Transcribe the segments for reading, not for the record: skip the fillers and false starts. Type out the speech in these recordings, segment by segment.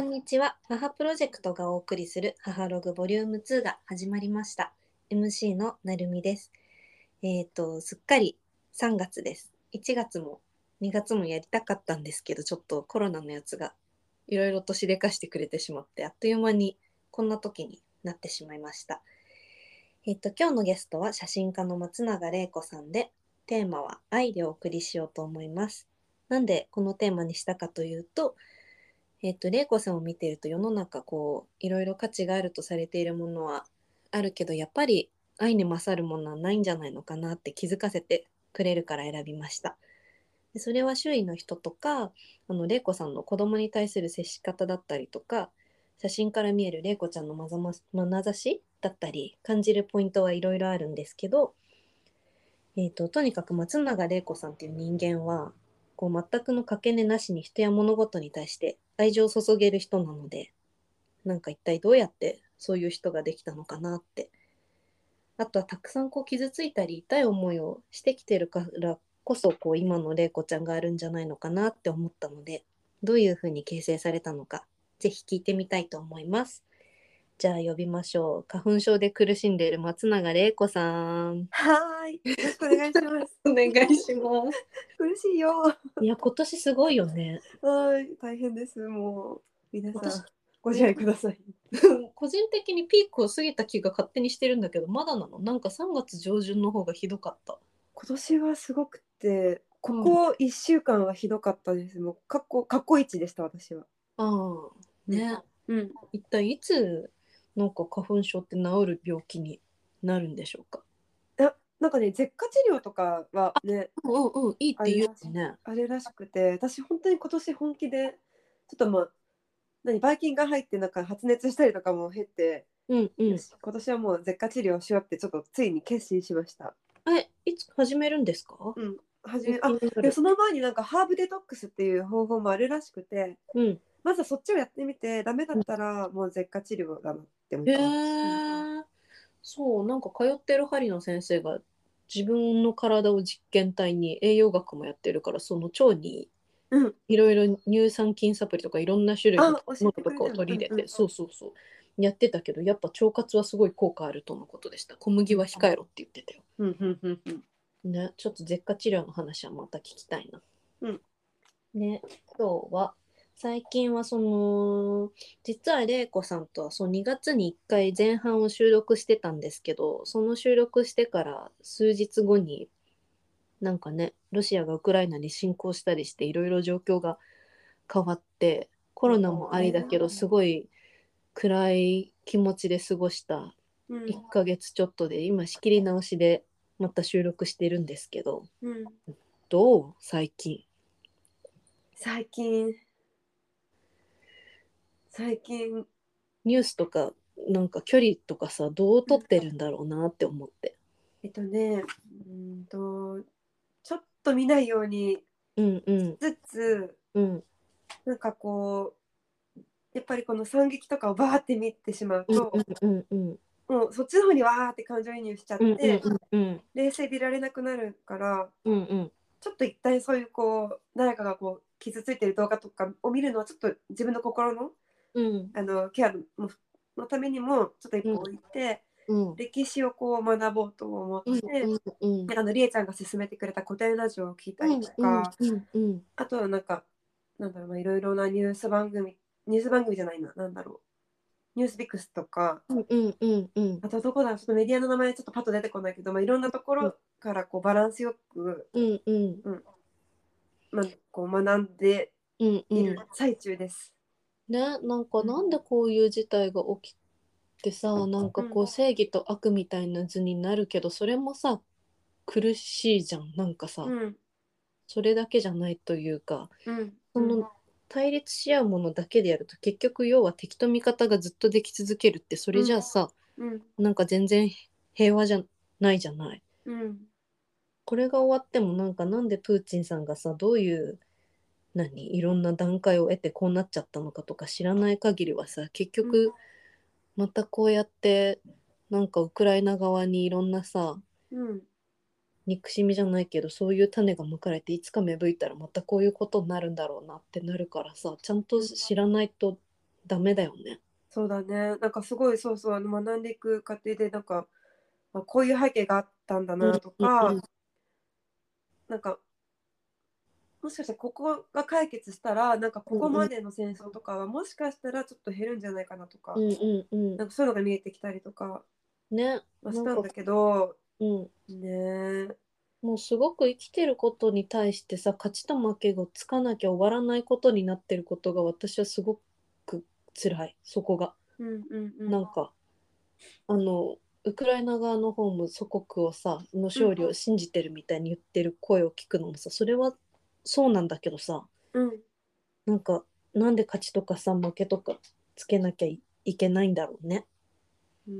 こんにちは。母プロジェクトがお送りする母ログボリューム2が始まりました。MC のなるみです。すっかり3月です。1月も2月もやりたかったんですけど、ちょっとコロナのやつがいろいろとしでかしてくれてしまって、あっという間にこんな時になってしまいました。今日のゲストは写真家の松永玲子さんで、テーマは愛でお送りしようと思います。なんでこのテーマにしたかというと、玲子さんを見ていると世の中いろいろ価値があるとされているものはあるけど、やっぱり愛に勝るものはないんじゃないのかなって気づかせてくれるから選びました。でそれは周囲の人とか、玲子さんの子供に対する接し方だったりとか、写真から見える玲子ちゃんの眼差しだったり、感じるポイントはいろいろあるんですけど、とにかく松永玲子さんっていう人間は、全くのかけねなしに人や物事に対して愛情を注げる人なので、なんか一体どうやってそういう人ができたのかなって。あとはたくさん傷ついたり痛い思いをしてきてるからこそ、今の玲子ちゃんがあるんじゃないのかなって思ったので、どういうふうに形成されたのか、ぜひ聞いてみたいと思います。じゃあ呼びましょう。花粉症で苦しんでいる松永玲子さん。 はーい、よろしくお願いします。 お願いします。 苦しいよ。 いや、今年すごいよね。 はい、大変です。もう、皆さ私、 ん、ご自ね、 愛ください。 個人的にピークを過ぎた気が勝手にしてるんだけど、まだなの？なんか3月上旬の方がひどかった。 今年はすごくて、こうん。 こ1週間はひどかったです。もう、過去一でした、私は。 ああ、 うん。 ね。 うん。 一体いつ、なんか花粉症って治る病気になるんでしょうか。 なんかね、舌下治療とかはね、 うんうん、いいって言うあるらしよね。 あれらしくて、私本当に今年本気で、ちょっとまあ、ばい菌が入ってなんか発熱したりとかも減って、 うんうん。 よし、今年はもう舌下治療しようってちょっとついに決心しました。 いつ始めるんですか？ うん。 気になる。 でその前になんかハーブデトックスっていう方法もあるらしくて、 うん。 まずはそっちをやってみて、ダメだったらもう舌下治療だなって思っへてます。うん。 え。そう、なんか通ってる針の先生が自分の体を実験体に栄養学もやってるから、その腸にうん。 いろいろ乳酸菌サプリとかいろんな種類のあ、教えものとかをてくれたよね。 取り入れて、 うんうん。 そうそうそう、やってたけど、やっぱ腸活はすごい効果あるとのことでした。小麦は控えろって言ってたよ。 うんうんうんうん。 ね、ちょっと舌下治療の話はまた聞きたいな。 うん。 ね、今日は、最近は実は玲子さんとは2月に1回前半を収録してたんですけど、その収録してから数日後に、なんかね、ロシアがウクライナに侵攻したりしていろいろ状況が変わって、コロナもありだけど、すごい暗い気持ちで過ごしたうん 1ヶ月ちょっとで、今仕切り直しでまた収録してるんですけど、 うん。 どう最近？ 最近、 ニュースとか、なんか距離とかさ、どう取ってるんだろうなって思って。 えっとね、うんと、ちょっと見ないようにうんうしんつつ、 うんなんかこう、やっぱりこの惨劇とかをバーって見てしまううんと、 うんうんもうそっちの方にわーって感情移入しちゃっうんうんて、 うん冷静でいられなくなるから、 うんうんちょっと一旦そういう誰かが傷ついてる動画とかを見るのはちょっと自分の心の、 うんケアのためにもちょっと一うん歩置いて、 うん歴史を学ぼうと思って、 うんうんりえちゃんが勧めてくれた古典ラジオを聞いたりうんうんとか、 うんうんあとはなんか、なんだろうな、いろいろなニュース番組じゃないな、なんだろう、ニュースビックスとか、 うんうんうんうんあとどこだ、ちょっとメディアの名前ちょっとパッと出てこないけど、いろんなところからバランスよく、 うんうんうん、学んでうんういん。 る最中です。 ね、なんかうん。 なんでこういう事態が起きてさ、なんかうん。 正義と悪みたいな図になるけど、それもさ、苦しいじゃん。なんかさ、 うん。 それだけじゃないというか、 うん。 その対立し合うものだけでやると結局要は敵と味方がずっとでき続けるって、それじゃうん。 あさ、 うん。 なんか全然平和じゃないじゃない。 うん。 これが終わってもなんでプーチンさんがさ、どういういろんな段階を得てこうなっちゃったのかとか知らない限りはさ、結うん。 局またこうやってなんかウクライナ側にいろんなさ、 うん。 憎しみじゃないけどそういう種がまかれて、いつか芽吹いたらまたこういうことになるんだろうなってなるからさ、ちゃんと知らないとダメだよね。 そうだね。なんかすごい、そうそう、学んでいく過程で、なんか、こういう背景があったんだうんなとか、 うんなんか、もしかしてここが解決したら、なんかここまうんうんでの戦争とかは、もしかしたらちょっと減るんじゃないかなとか、 うんうんうんなんかそういうのが見えてきたりとかね、 はしなんか、 たんだけど、 うん、 ねえ、 もうすごく生きてることに対してさ、勝ちと負けがつかなきゃ終わらないことになってることが私はすごく辛い、そこが。 うんうんうん。 なんか、ウクライナ側の方も祖国をさ、のうん勝利を信じてるみたいに言ってる声を聞くのもさ、それはそうなんだけどさ、 うんなんか、なんで勝ちとかさ、負けとかつけなきゃいけないんだろうね。 うん、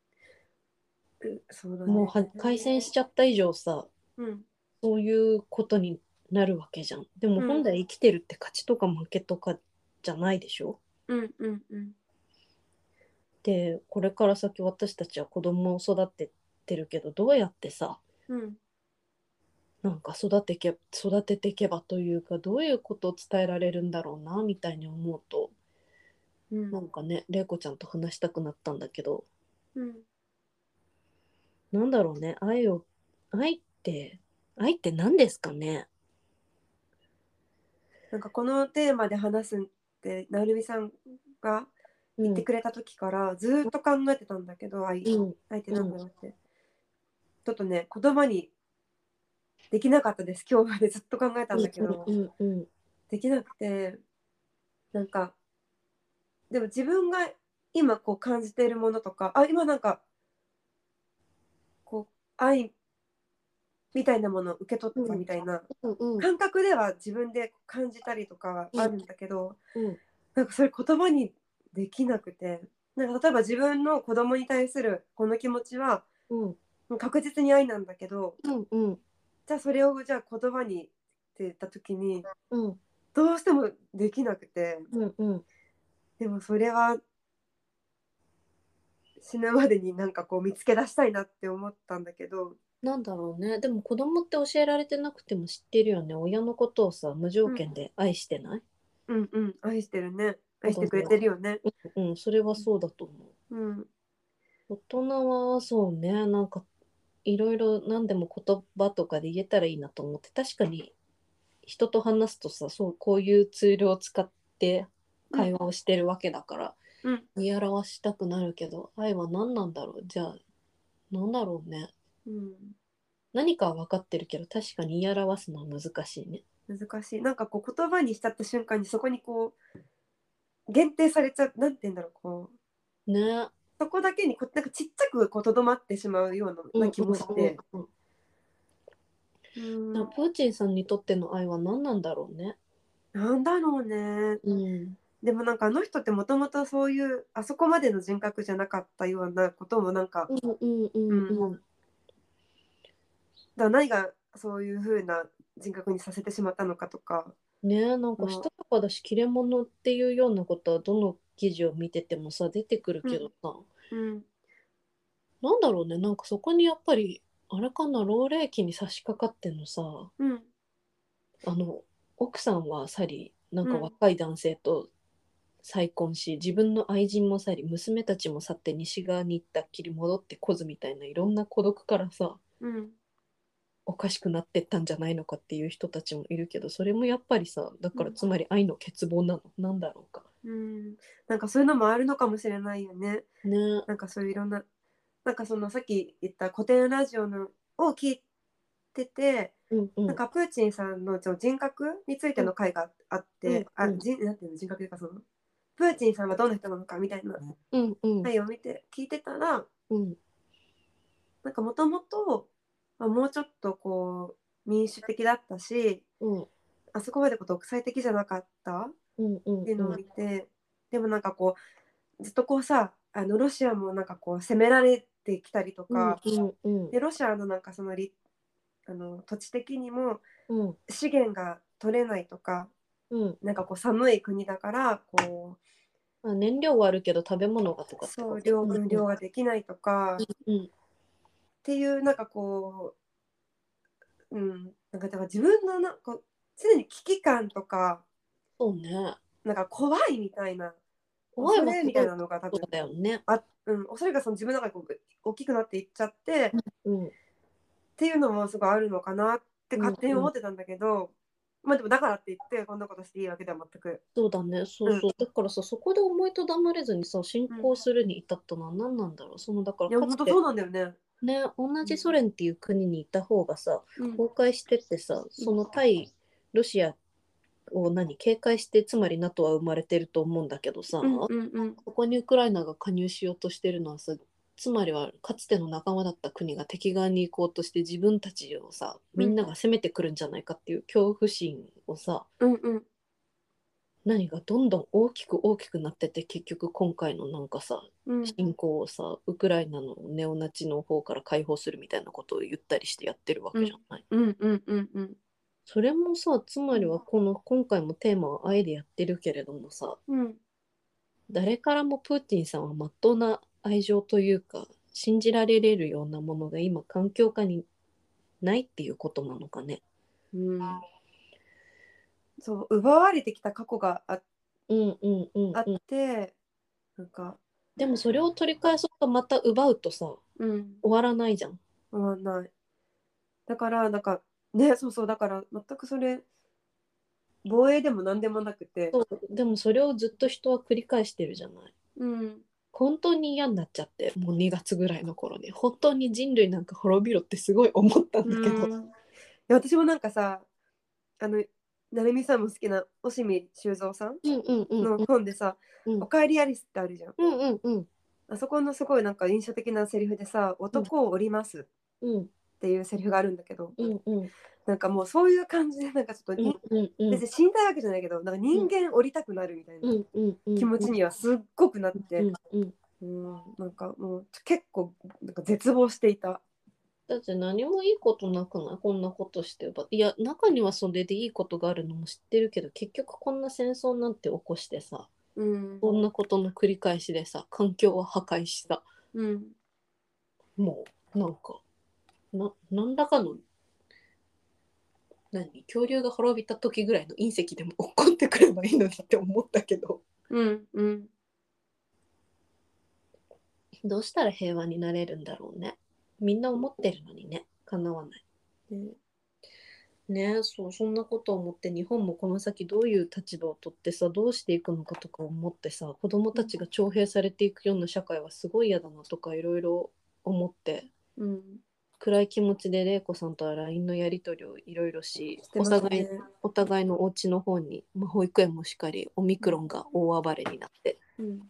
そうだね。 もう開戦しちゃった以上さ、 うんそういうことになるわけじゃん。でもうん本来生きてるって勝ちとか負けとかじゃないでしょ。 うんうんうんで、これから先私たちは子供を育ててるけど、どうやってさ、 うんなんか育てていけばというか、どういうことを伝えられるんだろうな、みたいに思うと、 うんなんかね、玲子ちゃんと話したくなったんだけど、 うん。 なんだろうね、愛って、愛って何ですかね。 なんかこのテーマで話すってなるみさんがうん、 言ってくれた時からずっと考えてたんだけど、 うん、 愛ってうん、 なんだろうって。ちょっとね、言葉にできなかったです。今日までずっと考えたんうん、 だけど、 うん、うん、 できなくて、なんか、でも自分が今こう感じているものとか、今なんか、こう、愛みたいなものを受け取っうん、 たみたいなうん、うん、 感覚では自分で感じたりとかはうん、 あるんだけど、 うん、 なんかそれ言葉にできなくて、なんか例えば自分の子供に対するこの気持ちはうん、 確実に愛なんだけど、 うん、うん、 じゃあそれをじゃあ言葉にって言った時にうん、 どうしてもできなくて、 うん、うん。 でもそれは死ぬまでになんかこう見つけ出したいなって思ったんだけど、 なんだろうね。でも子供って教えられてなくても知ってるよね。親のことをさ、無条うん件で愛してない。 うんうん、愛してるね、 多分ね、 愛してくれてるよね。 うん、それはそうだと思う。 うん大人はそうね、なんかいろいろ何でも言葉とかで言えたらいいなと思って、確かに人と話すとさ、そう、こういうツールを使ってうん会話をしてるわけだから、 うん言い表したくなるけど、愛は何なんだろう。じゃあ、何だろうね。 うん、 何かは分かってるけど、確かに言い表すのは難しいね。 難しい。なんかこう言葉にしちゃった瞬間にそこにこう限定されちゃう、なんて言うんだろう、こうね。 そこだけになんかちっちゃくこうとどまってしまうよううんうんな気もして、 うんうん。 うだからん、 プーチンさんにとっての愛は何なんだろうね。 なんだろうね。 うん。 でもなんかあの人ってもともとそういうあそこまでの人格じゃなかったようなこともなんか、 うんうんううん、だかんうん。 ら何がそういう風な人格にさせてしまったのかとか、 ねえ、なんかしたもたかだし、切れ者っていうようなことはどの記事を見ててもさ、出てくるう、うんけどさ、 うんなんだろうね、なんかそこにやっぱり、あれかな、老齢期に差し掛かってんのさ、 うんあの、奥さんは去り、なんかうん若い男性と再婚し、自分の愛人も去り、娘たちも去って西側に行ったっきり戻ってこずみたいないろんな孤独からさ、 うんおかしくなってったんじゃないのかっていう人たちもいるけど、それもやっぱりさ、だからつまり愛の欠乏なの、なんだろうか。 うん、なんかそういうのもあるのかもしれないよね。 ね。 なんかそういういろんな、なんかそのさっき言った古典ラジオのを聞いてて、 うんうんなんかプーチンさんのその人格についての回があっうんて、 うんなんていうの、人格というかその、プーチンさんはどんな人なのかみたいなうんうん回を聞いてたら、 うんなんかもともと、もうちょっとこう、民主的だったし、 うんあそこまでこう独裁的じゃなかったっうんうんていうのをうん見て、でもなんかこう、ずっとこうさ、ロシアもなんかこう攻められてきたりとうんか、 うんでロシアのなんかその土地的にもうん資源が取れないとか、 うん。 なんかこう寒い国だからこうまあ、燃料はあるけど食べ物がとかってそうこと。うん漁ができないとかっうんていうなんかこう、なんかだから自分のこう常に危機感とかそうね。 なんか怖いみたいな怖いも恐れみたいなのが多分そうだよね。 恐れがその自分の中でこう大きくなっていっちゃって、 うんっていうのもすごいあるのかなってうん勝手にうん。 思ってたんだけど、まあでもだからって言ってこんなことしていいわけでは全く。 そうだね。そううんそう。だからさ、そこで思いとどまれずにさ、進うん。 行するに至ったのは何なんだろう。だからいやかつて本当そうなんだよね。 ね、同じソ連っていう国にいた方がさ、 うん崩壊してってさ、 うん対ロシアを警戒して、つまり NATO は生まれてると思うんだけどさ、 うんうんうん。 ここにウクライナが加入しようとしてるのはさ、つまりはかつての仲間だった国が敵側に行こうとして自分たちをさ、みんなが攻めてくるんじゃないかっていう恐怖心をさ、 うんうん何がどんどん大きく大きくなってて、結局今回のなんかさ、 うん侵攻をさ、ウクライナのネオナチの方から解放するみたいなことを言ったりしてやってるわうんけじゃない。 うんうんうんうんそれもさ、つまりは今回もテーマは愛でやってるけれどもさ、 うん誰からもプーチンさんはまっとうな愛情というか、信じられるようなものが今環境下にないっていうことなのかね。 うん。そう奪われてきた過去がうんうんうんあっうん。 て、なんかでもそれを取り返そうとまた奪うとさ、 うん終わらないじゃん。 終わんない。だからなんかね、そうそう、だから全くそれ防衛でも何でもなくて、 そう、でもそれをずっと人は繰り返してるじゃない。 うん本当に嫌になっちゃって、もう2月ぐらいの頃に本当に人類なんか滅びろってすごい思ったんだけど。 いや私もなんかさ、なるみさんも好きな押見修造さんうんうんうんのうん本でさ、 うんおかえりアリスってあるじゃん。 うんうんうんあそこのすごいなんか印象的なセリフでさ、 うん男を降りますっうんていうセリフがあるんだけど、 うんうんなんかもうそういう感じで、なんかちょっとうんうんうん別に死にたいわけじゃないけど、なんか人間降りたくなるみたいなうんうんうん気持ちにはすっごくなって、 うんうん。 なんかもう結構なんか絶望していた。 だって何もいいことなくない？こんなことしてば。いや、中にはそれでいいことがあるのも知ってるけど、結局こんな戦争なんて起こしてさ、 うんそんなことの繰り返しでさ、環境は破壊しさ、 うんもうなんか、何らかの、恐竜が滅びた時ぐらいの隕石でも起こってくればいいのにって思ったけど、 うんうんどうしたら平和になれるんだろうね。みんな思ってるのにね、叶わない。 ねね、そんなことを思って日本もこの先どういう立場を取ってさ、どうしていくのかとか思ってさ、子供たちが徴兵されていくような社会はすごい嫌だなとかいろいろ思って、 うん暗い気持ちで玲子さんとは LINE のやり取りをいろいろし、 してますね。 お互いのお家の方に、保育園もしっかりオミクロンが大暴れになってうん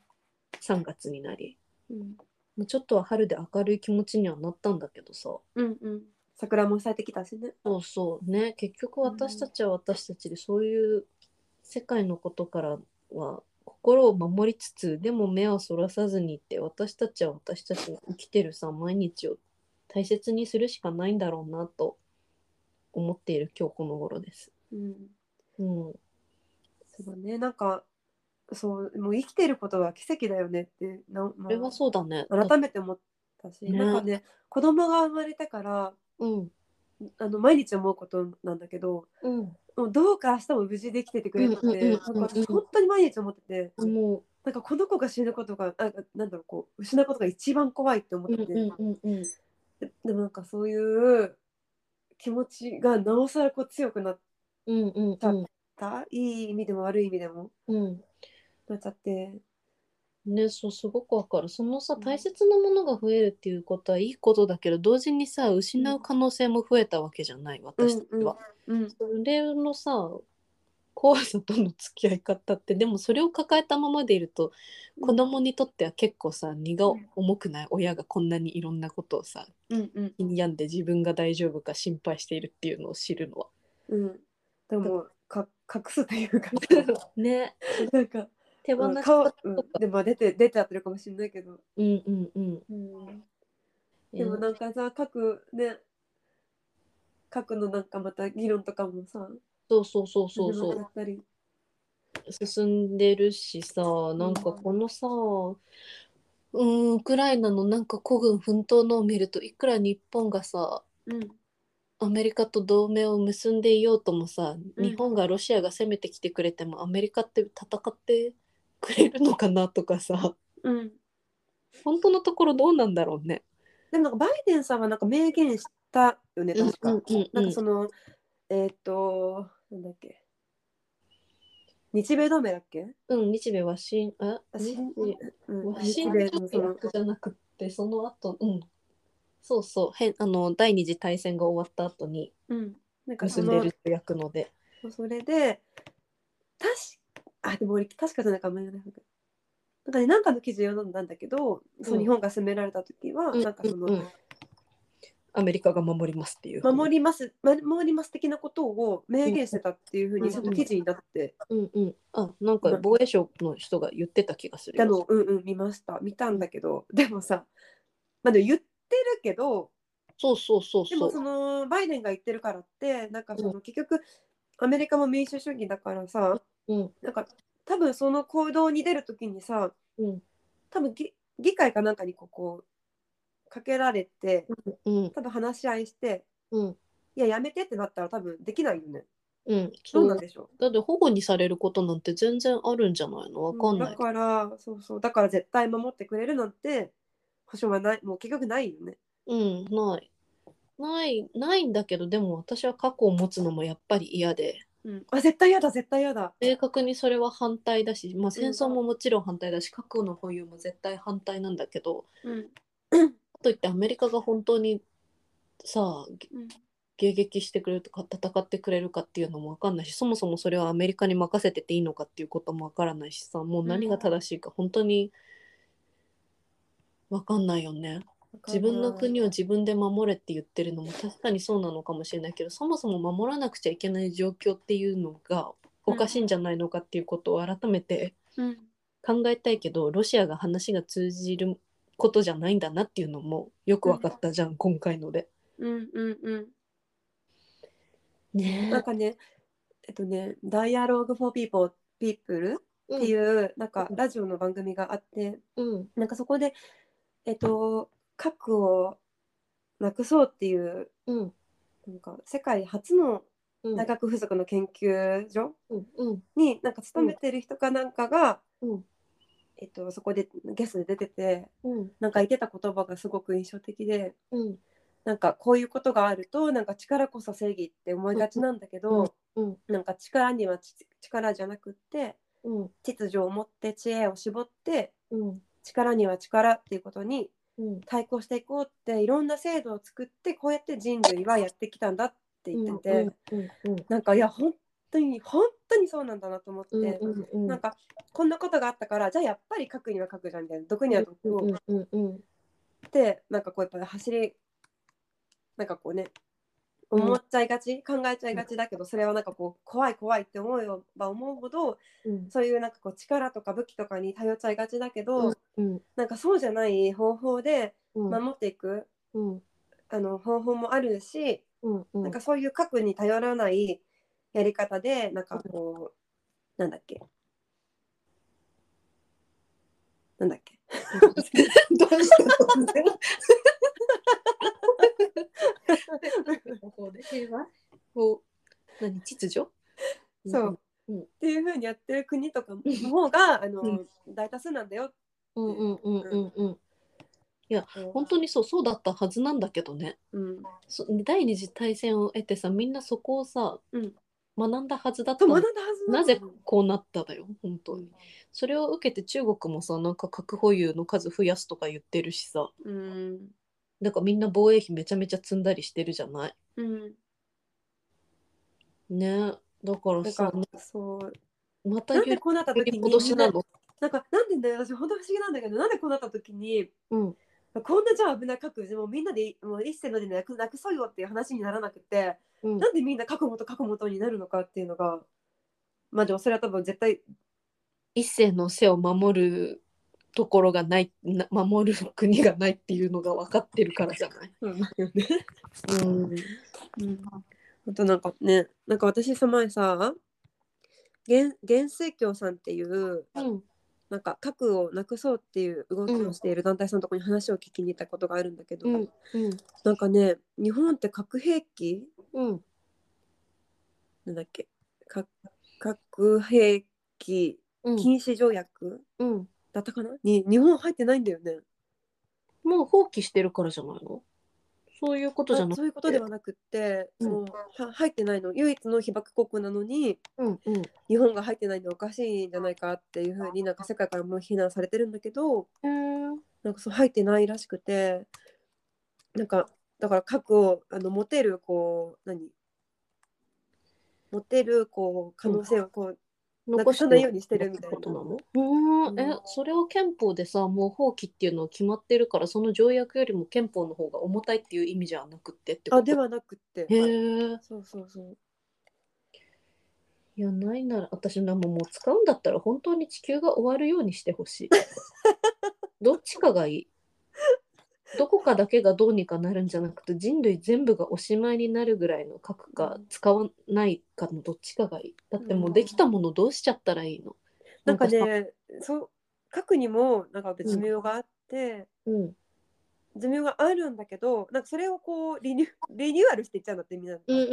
3月になり、 うんもうちょっとは春で明るい気持ちにはなったんだけどさ、 うん桜も咲いてきたしね。 そうそうね、結局私たちは私たちでそういう世界のことからは心を守りつつ、でも目をそらさずにって、私たちは私たちの生きてるさ、毎日を大切にするしかないんだろうなと思っている今日この頃です。 うんうん。 そうね、なんかそうもう生きてることは奇跡だよねってそれはそうだね。 改めて思ったし、なんかね。 ね、子供が生まれてからうん。 毎日思うことなんだけど、 うん。 もうどうか明日も無事で生きててくれって、なんか私本当に毎日思ってて、 もなんかこの子が死ぬことがなんだろう、こう失うことが一番怖いって思っう、 てて、 うん。 でもなんかそういう気持ちがなおさらこう強くなっうんうんちゃっうんた、いい意味でも悪い意味でもうん。 なっちゃって、 ね、そう、すごくわかる。そのさ、 うん大切なものが増えるっていうことはいいことだけど、同時にさ、失う可能性も増えたわけじゃない、私たちは。 うんそれのさ、怖さとの付き合い方って、でもそれを抱えたままでいると、子供にとっては結構さ、荷が重くない？親がこんなにいろんなことをさ、気に病んで自分が大丈夫か心配しているっていうのを知るのは。 でも隠すというかね、 なんか、 手放し顔、 方とか。 でも出ちゃってるかもしれないけど、 うんうんうん。 でもなんかさ、核のなんかまた議論とかもさ、 そうそうそうそう始まっそう。 ちゃったり。 進んでるしさ、なんかこのさ、ウクライナのなんか孤軍奮闘のを見ると、いくら日本がさ、 うんアメリカと同盟を結んでいようともさ、 うん日本がロシアが攻めてきてくれてもアメリカって戦ってくれるのかなとかさ、 うん。 本当のところどうなんだろうね。 でもなんかバイデンさんはなんか明言したよね、確か。なんかその、なんだっけ、日米同盟だっけ。 日米あ、 日ワ日シントン米のその、 条約じゃなくってその後、そうそう、第二次大戦が終わった後にうん、なんかその、 結んでる条約ので。 それで、でも俺、確かじゃないかも。なんかね、なんかの記事読んだんだけど、そう日本が攻められた時は、なんかその、 アメリカが守りますっていう守ります的なことを明言してたっていうふうに、その記事になってなんか防衛省の人が言ってた気がするよ。 たのを、見たんだけど、でもさ、でも言ってるけど、 そうそうそうでもそう。 そのバイデンが言ってるからって、なんかその結局アメリカも民主主義だからさ、なんか多分その行動に出るときにさ、多分議会かなんかにかけられて、多分話し合いして、いや、やめてってなったら多分できないよね。どうそう。 なんでしょだって保護にされることなんて全然あるんじゃないの？わかう。 んないけど。 だから、だから絶対守ってくれるなんて保証はない、もう結局ないよね。 ない。ないんだけど、でも私は過去を持つのもやっぱり嫌で、 絶対嫌だ、絶対嫌だ。 明確にそれは反対だし、戦争ももちろん反対だし、核の保有も絶対反対なんだけど、かといってアメリカが本当にさ、迎撃してくれるとか戦ってくれるかっていうのも分かんないし、そもそもそれはアメリカに任せてていいのかっていうことも分からないしさ、もう何が正しいか本当に分かんないよね。自分の国を自分で守れって言ってるのも確かにそうなのかもしれないけど、そもそも守らなくちゃいけない状況っていうのがおかしいんじゃないのかっていうことを改めて考えたいけど、ロシアが話が通じることじゃないんだなっていうのもよく分かったじゃん、今回ので。ねなんかね、Dialogue for People っていうなんかラジオの番組があって、なんかそこで、核をなくそうっていう、なんか世界初の大学附属の研究所になんか勤めてる人かなんかが、そこでゲストで出てて、なんか言ってた言葉がすごく印象的で、なんかこういうことがあるとなんか力こそ正義って思いがちなんだけど、なんか力には力じゃなくって、秩序を持って知恵を絞って、力には力っていうことに対抗していこうっていろんな制度を作ってこうやって人類はやってきたんだって言ってて、なんかいや本当にそうなんだなと思って、なんかこんなことがあったからじゃあやっぱり核には核じゃんみたいな、毒には毒をってなんかやっぱりなんか思っちゃいがち、考えちゃいがちだけど、それはなんか怖い怖いって思えば思うほど、そういうなんか力とか武器とかに頼っちゃいがちだけど、なんかそうじゃない方法で守っていく、方法もあるし、なんかそういう核に頼らないやり方でなんかなんだっけなんだっけどうした突然方法で平和を秩序そうっていう風にやってる国とかの方が大多数なんだよって。 いや本当にそうだったはずなんだけどね、第二次大戦を得てさ、みんなそこをさ、学んだはずだったの。なぜこうなっただよ本当に、それを受けて中国もさ、なんか核保有の数増やすとか言ってるしさ、だからみんな防衛費めちゃめちゃ積んだりしてるじゃない、ね。だからさ、またなんでこうなった時に今年なの？ なんでだよ、私本当不思議なんだけど、なんでこうなった時に、こんなじゃあ危ない核もうみんなでもう一斉のでなくそうよっていう話にならなくて、なんでみんな核元になるのかっていうのが、でもそれは多分絶対一世の背を守るところがない守る国がないっていうのが分かってるからじゃない。 あとなんかね、なんか私前さ、元帥教さんっていう、なんか核をなくそうっていう動きをしている団体さんのところに話を聞きに行ったことがあるんだけど、なんかね、日本って核兵器うん。 なんだっけ、核兵器うん。 禁止条約うん。 だったかなに日本入ってないんだよね。 もう放棄してるからじゃないの？そういうことじゃなくそういうことでて。 はなくって、 うん。 もう入ってないの。唯一の被爆国なのにうんうん。 日本が入ってないのおかしいんじゃないかっていうふうになんか世界からも非難されてるんだけど、 へー。 なんかそう入ってないらしくて、なんかだから核を持てる持てる可うん。 能性をなく残しておくさないようにしてるみたいな。 ことなの？それを憲法でさ、もう放棄っていうのは決まってるから、その条約よりも憲法の方が重たいっていう意味じゃなくってってこと？ ではなくって、 へえ。 そうそうそう。 いや、ないなら、私なんももう使うんだったら本当に地球が終わるようにしてほしい。どっちかがいい。どこかだけがどうにかなるんじゃなくて、人類全部がおしまいになるぐらいの核か使わないかのどっちかがいい。だってもうできたものどうしちゃったらいいの？ななんんかさ、 かね、そう核にもなんかうん、 寿命があって、 うん、 寿命があるんだけど、なんかそれをリニューアルしていっちゃうんだってみんな。 うん、うん、うん、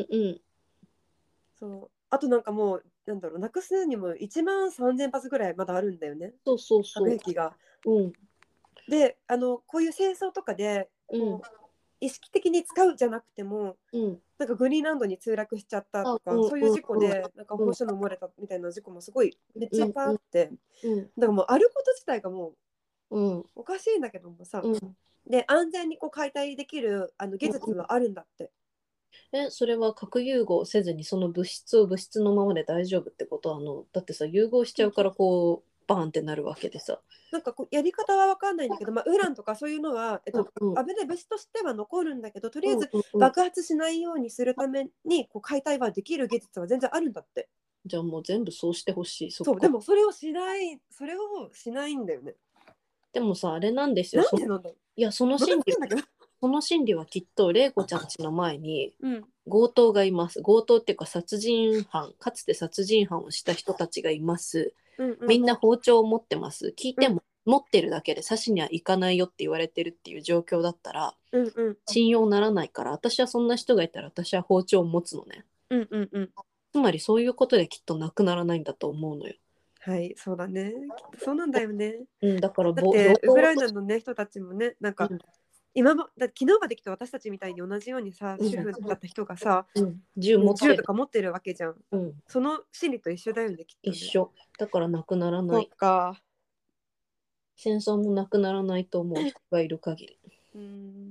うん、うん。 そう。あとなんかもうなんだろう、なくすにも1万3000発ぐらいまだあるんだよね、 そうそうそ核兵器が。 う。うん、 で、こういう戦争とかでうん、 意識的に使うじゃなくても、 うん。 なんかグリーンランドに墜落しちゃったとか、 うん、うん、 そういう事故うん、 でなんかうん、 放射能漏れたみたいな事故もすごいめっちゃいっうん、 ぱいあって、だかうん、 らもうあること自体がもううん、 おかしいんだけどもさ、 うん。 で安全に解体できる技術はあるんだって。 それは核融合せずにその物質を物質のままで大丈夫ってこと？だってさ、融合しちゃうからこう、バーンってなるわけでさ。 なんかやり方は分かんないんだけど、まあ、ウランとかそういうのは、 うん、うん、 危ない物質としては残るんだけど、とりあうん、 えずうん。うん。 爆発しないようにするために解体はできる技術は全然あるんだって。 じゃあもう全部そうしてほしい、そっそう、でか。 もそれをしないんだよね。 でもさ、あれなんですよ。 なんでなんだろう。 いや、 ムカつくんだけど。 その心理はきっと、玲子ちゃんちの前にうん。 強盗がいます。強盗っていうか殺人犯、かつて殺人犯をした人たちがいます。 うんうんみんな包丁を持ってます。聞いうんても、持ってるだけで刺しにはいかないよって言われてるっていう状況だったら、 うんうん信用ならないから、私はそんな人がいたら私は包丁を持つのね。 うんうんうん。 つまりそういうことできっとなくならないんだと思うのよ。 はい、そうだね。きっとそうなんだよね。 うん、だからだってウク暴動と、 ライナのね人たちもね、なんかうん、 昨日まで来た私たちみたいに同じようにさ、主婦だった人がさ、 うん、銃ね、 持ってる。 銃とか持ってるわけじゃん。 うん、 その心理と一緒だよね、きっとね。 一緒。だからなくならなそうい。 か。 戦争もなくならないと思う人がいる限り。 うん。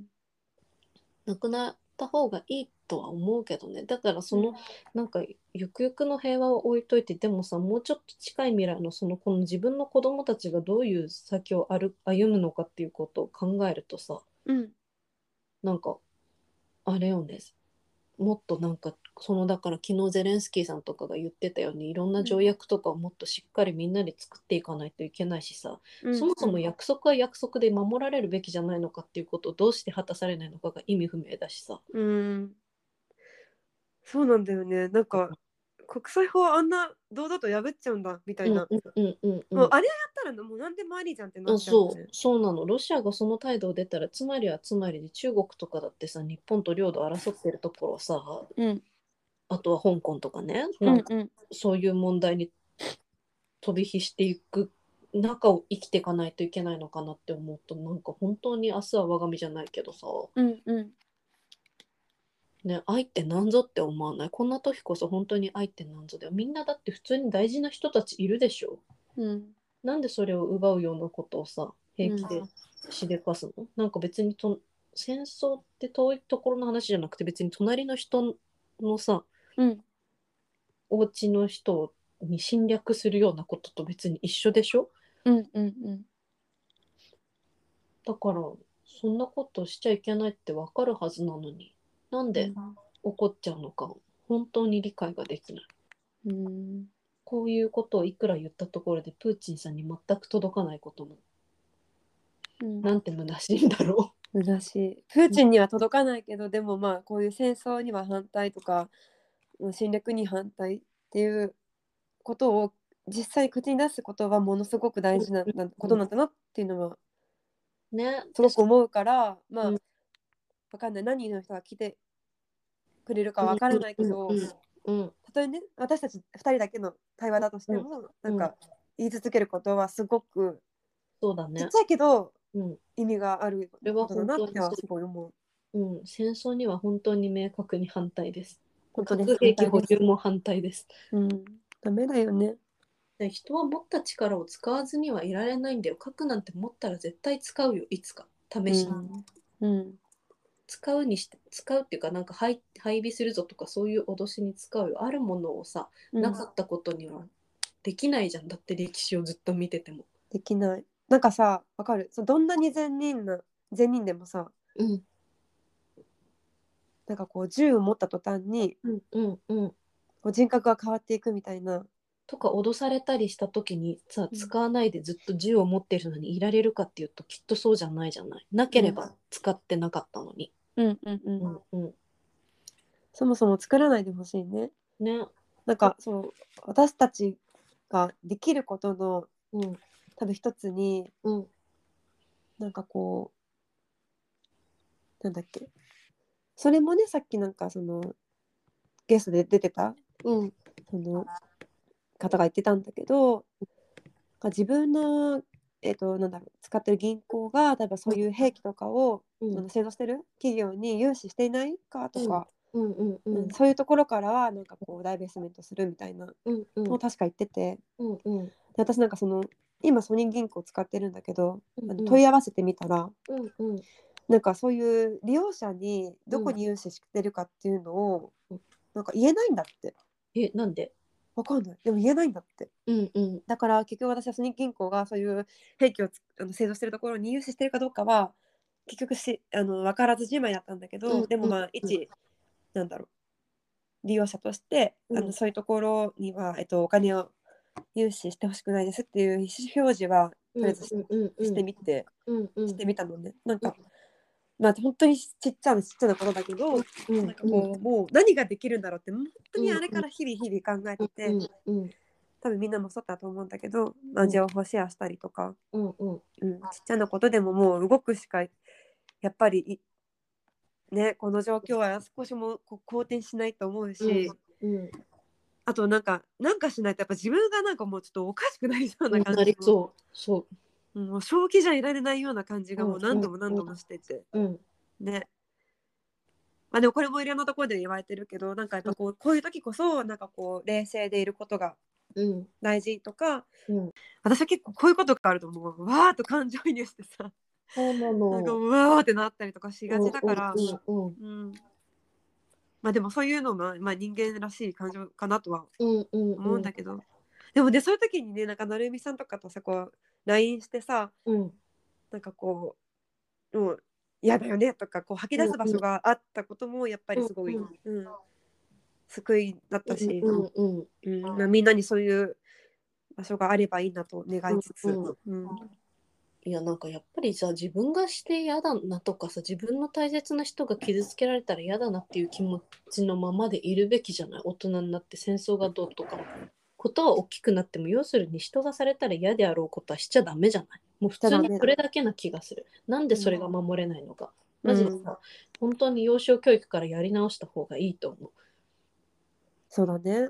なくなった方がいいとは思うけどね。だからうん。 なんか、ゆくゆくの平和を置いといて、でもさ、もうちょっと近い未来の、この自分の子供たちがどういう先を歩むのかっていうことを考えるとさ、 うん。 なんか、あれよね。もっとなんか、だから昨日ゼレンスキーさんとかが言ってたように、いろんなうん。 条約とかをもっとしっかりみんなで作っていかないといけないしさ、 うん。 そもそも約束は約束で守られるべきじゃないのかっていうことをどうして果たされないのかが意味不明だしさ。 うん。そうなんだよね。なんか国際法あんな堂々と破っちゃうんだみたいな。 うんうんうんうんうん。 もうあれやったらもう何でもありじゃんってなっあ、そう、 ちゃうよね。 そうなの。ロシアがその態度を出たら、つまりはつまりで、中国とかだってさ、日本と領土争ってるところさ、 うん。 あとは香港とかね、なんかうんうん。 そういう問題に飛び火していく中を生きていかないといけないのかなって思うと、なんか本当に明日は我が身じゃないけどさ、 うんうん。 ね、愛って何ぞって思わない？こんな時こそ本当に愛って何ぞだよ。みんなだって普通に大事な人たちいるでしょ。 うん。 なんでそれを奪うようなことをさ、 うん。 平気でしでかすの？なんか別に戦争って遠いところの話じゃなくて、別に隣の人のさ、 うん。 お家の人に侵略するようなことと別に一緒でしょ？ うんうんうん。 だから、そんなことしちゃいけないってわかるはずなのに、なんで怒っちゃうのか、本当に理解ができない。 うん。 こういうことをいくら言ったところで、プーチンさんに全く届かないことも、 うん。 なんて虚しいんだろ虚しい。プーチンには届かないけど、でもまあこういう戦争には反対とか、侵略に反対っていうことを実際口に出すことはものすごく大事なこう。うん、 となんだなっていうのはね。 すごく思うから、まあうん、 わかんない、何人の人が来てくれるかわからないけど、 うんたとえね私たち2人だけの対話だとしても、なんか言い続けることはすごくそうだね。 ちっちゃいけどうん。 意味があるこれはことだ本当にそなってはすごい思う。 う。うん。戦争には本当に明確に反対です。 本当です。 核兵器反対です。 保有も反対です。 うん。ダメだよね。 で人は持った力を使わずにはいられないんだよ。核なんて持ったら絶対使うよ、いつか。試しに。 うん。 使うにして、使うっていうか、なんか配備するぞとか、そういう脅しに使うよ。あるものをさ、なかったことにはできないじゃん。だって歴史をずっと見てても。 できない。なんかさ、わかる。どんなに善人でもさ、 うん。 なんかこう銃を持った途端にうんうんうん。 こう人格が変わっていくみたいな。 とか脅されたりした時にさ、使わないでずっと銃を持ってるのにいられるかっていうときっとそうじゃないじゃない。なければ使ってなかったのに。 うんうんうん。 うんうん。 そもそも作らないでほしいね。 ね。 なんかそう私たちができることのうん。 多分一つにうん。 なんかこうなんだっけ、それもねさっきなんかゲストで出てたうん。 その方が言ってたんだけど、自分のなんだろう使ってる銀行が例えばそういう兵器とかを、 うん。 製造してる企業に融資していないかとか、 うんうんうんそういうところからはなんかこうダイベストメントするみたいなうんうんのを確か言ってて、 うんうんで私なんか今ソニー銀行を使ってるんだけど、 うん問い合わせてみたらうんうんなんかそういう利用者にどこうん。 に融資してるかっていうのをなんか言えないんだって。 なんで？ わかんない。でも言えないんだって。 うんうんだから結局私はソニー銀行がそういう兵器を製造してるところに融資してるかどうかは結局分からずじまいだったんだけど、でもまあ一なんだろう利用者としてそういうところには、お金を融資してほしくないですっていう意思表示はとりあえずしてみたのね。なんかまあ本当にちっちゃなことだけど、なんかこうもう何ができるんだろうって本当にあれから日々日々考えてて、多分みんなもそうだと思うんだけど、まあ、情報シェアしたりとか、ちっちゃなことでももう動くしかやっぱりねこの状況は少しもこう好転しないと思うし、あとなんかしないとやっぱ自分がなんかもうちょっとおかしくなりそうな感なりじも、 そう。 もう正気じゃいられないような感じがもう何度も何度もしてて、ね。まあでもこれもいろんなところで言われてるけど、なんかやっぱこういう時こそなんかこう冷静でいることが大事とか、私は結構こういうことがあるともうわーっと感情移入してさ、なんかうわーってなったりとかしがちだから、まあでもそういうのも、まあ、人間らしい感情かなとは思うんだけど、でもねそういう時にねなんかなるみさんとかとさこう LINE してさ、なんかこうもう嫌だよねとかこう吐き出す場所があったこともやっぱりすごい、救いだったし、みんなにそういう場所があればいいなと願いつつ、 いやなんかやっぱりさ自分がして嫌だなとかさ自分の大切な人が傷つけられたら嫌だなっていう気持ちのままでいるべきじゃない。大人になって戦争がどうとかことは大きくなっても要するに人がされたら嫌であろうことはしちゃダメじゃない。もう普通にそれだけな気がする。なんでそれが守れないのか、マジでさ本当に幼少教育からやり直した方がいいと思う。 そうだね。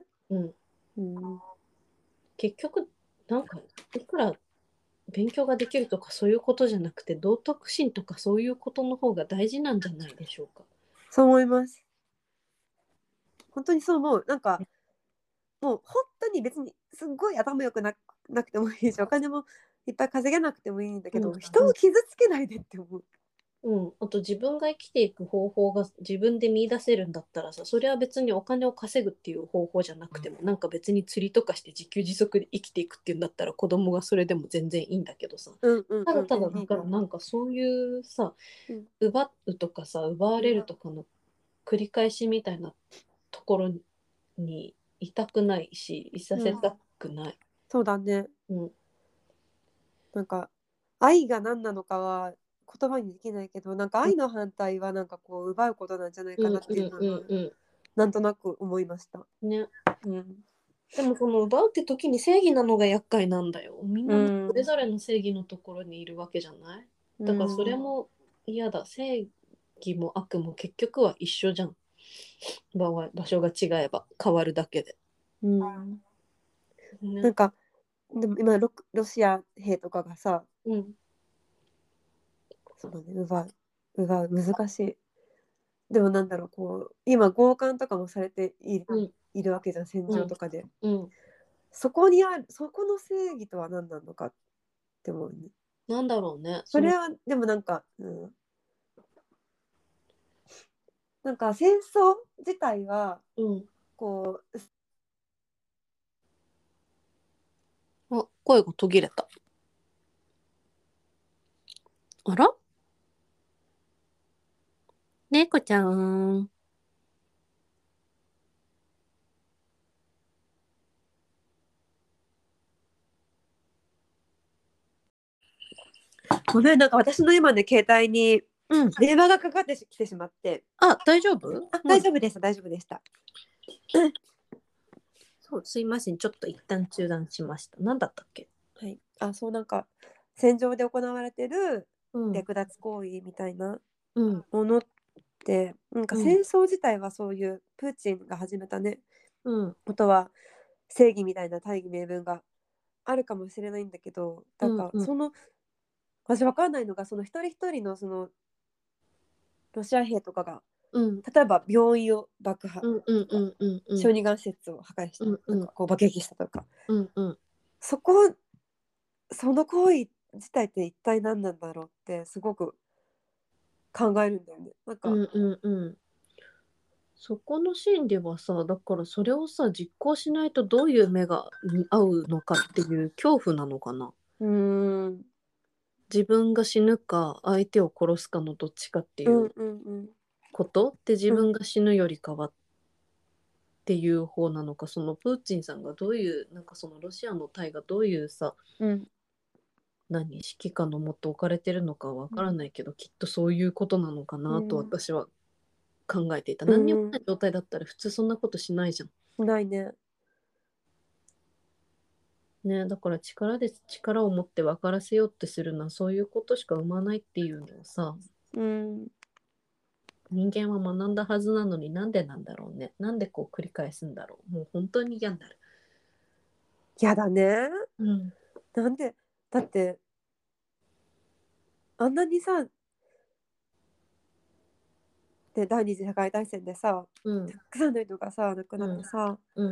結局なんかいくら勉強ができるとかそういうことじゃなくて道徳心とかそういうことの方が大事なんじゃないでしょうか。 そう思います。本当にそう思う。なんかもう本当に別にすっごい頭良くなくてもいいしお金もいっぱい稼げなくてもいいんだけど、人を傷つけないでって思う。 あと自分が生きていく方法が自分で見出せるんだったらさ、それは別にお金を稼ぐっていう方法じゃなくても、なんか別に釣りとかして自給自足で生きていくっていうんだったら子供がそれでも全然いいんだけどさ、ただただだからなんかそういうさ、奪うとかさ奪われるとかの繰り返しみたいなところにいたくないしいさせたくない。 そうだね。なんか愛が何なのかは言葉にできないけど、なんか愛の反対はなんかこう奪うことなんじゃないかなっていうのはなんとなく思いました。 ね。でもその奪うって時に正義なのが厄介なんだよ。みんなそれぞれの正義のところにいるわけじゃない。だからそれも嫌だ。正義も悪も結局は一緒じゃん。 場所が違えば変わるだけで。 うん、なんね。 かでも今ロシア兵とかがさ、 うん。 そうね、奪う難しい。でもなんだろう、こう今強姦とかもされてうん。 いるわけじゃん、戦うん。 場とかで。 うん。 そこの正義とは何なのかって思うね。 なんだろうね。 それはでもなんか、なんか戦争自体はうん。 こう、 あ、声が途切れた。あら、猫ちゃん。 ごめん、なんか私の今ね携帯にうん。 電話がかかってきてしまって、 あ、大丈夫？ 大丈夫でした、大丈夫でした。 そう、すいません。ちょっと一旦中断しました。何だったっけ？ はい、そうなんか戦場で行われてるうん。 略奪行為みたいなうん。 ものって、なんかうん。 戦争自体はそういうプーチンが始めたね、 うん。 ことは正義みたいな大義名分があるかもしれないんだけど、なんうん。うん。 かその私分かんないのが、その一人一人のそのロシア兵とかがうん。 例えば病院を爆破うん。うん。うとか、 ん。うん。うん。 小児がん施設を破壊した、 うん。うん。 なんかこう爆撃したとか、 うん。うん。 そこその行為自体って一体何なんだろうってすごく考えるんだよね。なんか、 うん。うん。うん。そこのシーンではさ、だからそれをさ、実行しないとどういう目が合うのかっていう恐怖なのかな。 うーん、 自分が死ぬか、相手を殺すかのどっちかっていううんうんうんことで、自うん分が死ぬよりかはっていう方なのか、そのプーチンさんがどういう、なんかそのロシアの隊がどういうさ、 うん指揮下のもと置かれてるのかわからうんないけど、きっとそういうことなのかなとうん私は考えていた。何にもうん、 ない状態だったら普通そんなことしないじゃん。 ないね。 ね、だから力を持って分からせようってするのはそういうことしか生まないっていうのをさ、 うん、 人間は学んだはずなのになんでなんだろうね。なんでこう繰り返すんだろう。もう本当に嫌になる。 やだね。 うん。 なんで、だってあんなにさ、で第二次世界大戦でさ、 うん。 たくさんの人がさ亡くなうん。 ってさ、 うん。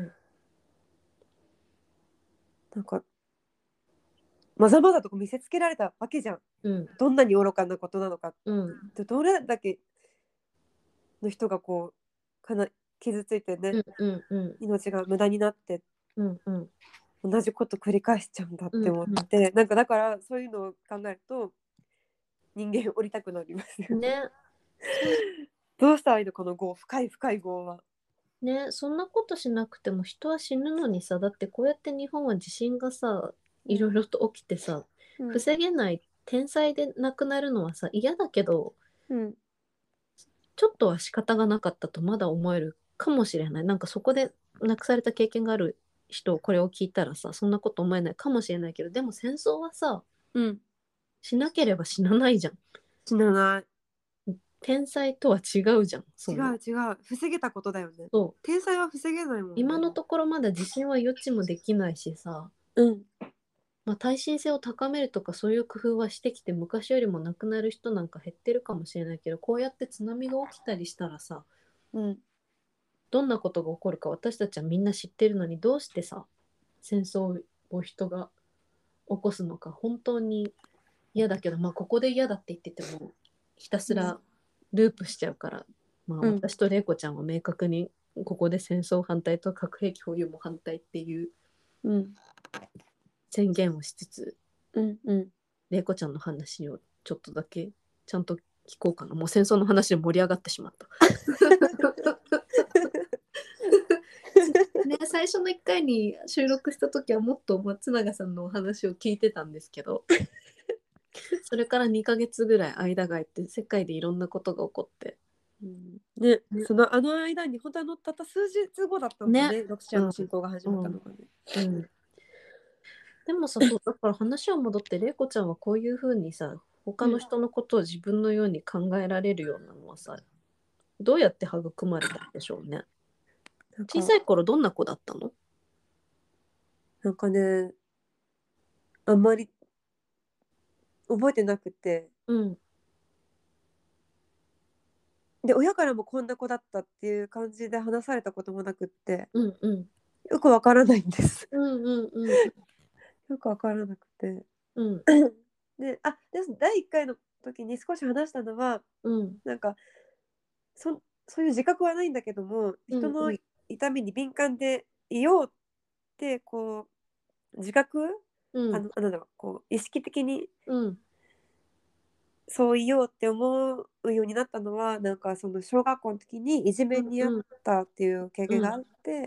なんかまざまざと見せつけられたわけじゃん。 うん。 どんなに愚かなことなのか。 うん。 でどれだけの人がこう傷ついてね、 うん。うん。うん。 命が無駄になってうん。うん。 同じこと繰り返しちゃうんだっうん。 て思って、なんかだからそういうのを考えると人間降りたくなりますよね。 ね。そうどうしたらいいのこの業、深い深い業は。 ね、そんなことしなくても人は死ぬのにさ、だってこうやって日本は地震がさ、いろいろと起きてさ、 うん防げない天災で亡くなるのはさ、嫌だけど、 うんちょっとは仕方がなかったとまだ思えるかもしれない。なんかそこで亡くされた経験がある人、これを聞いたらさ、そんなこと思えないかもしれないけど、でも戦争はさ、 うん、 しなければ死なないじゃん。 死なない。 天災とは違うじゃん。そ違の、 う違う、防げたことだよね。 そう。 天才は防げないもんね。 今のところまだ地震は予知もできないしさ、 うんまあ、耐震性を高めるとかそういう工夫はしてきて昔よりも亡くなる人なんか減ってるかもしれないけど、こうやって津波が起きたりしたらさ、 うんどんなことが起こるか私たちはみんな知ってるのに、どうしてさ戦争を人が起こすのか本当に嫌だけど、まあここで嫌だって言っててもひたすらループしちゃうから、まあうん私と玲子ちゃんは明確にここで戦争反対と核兵器保有も反対っていううん宣言をしつつ、 うんうん玲子ちゃんの話をちょっとだけちゃんと聞こうかな。もう戦争の話で盛り上がってしまった。ね、最初の1回に収録した時はもっと松永さんのお話を聞いてたんですけど、それから2ヶ月ぐらい間が空いて世界でいろんなことが起こって、 ね、 ね、 あの間に本当たった数日後だったんだね、ロシアの侵攻が始まったのがね。 うん、でもさ、そうだから話を戻って、玲子ちゃんはこういうふうにさ他の人のことを自分のように考えられるようなのはさ、 どうやって育まれたんでしょうね。 なんか小さい頃どんな子だったの？ なんかね、あんまり覚えてなくて、 うん。 で、親からもこんな子だったっていう感じで話されたこともなくって、 うんうん。 よくわからないんです。 うんうんうんよくわからなくて。 うん。 第1回の時に少し話したのは、 うんなんか、そういう自覚はないんだけども、人のうんうん痛みに敏感でいようってこう自覚、 うんなんだろう、意識的にうんそういようって思うようになったのは、なんかその小学校の時にいじめにあっうんたっていう経うん験があって、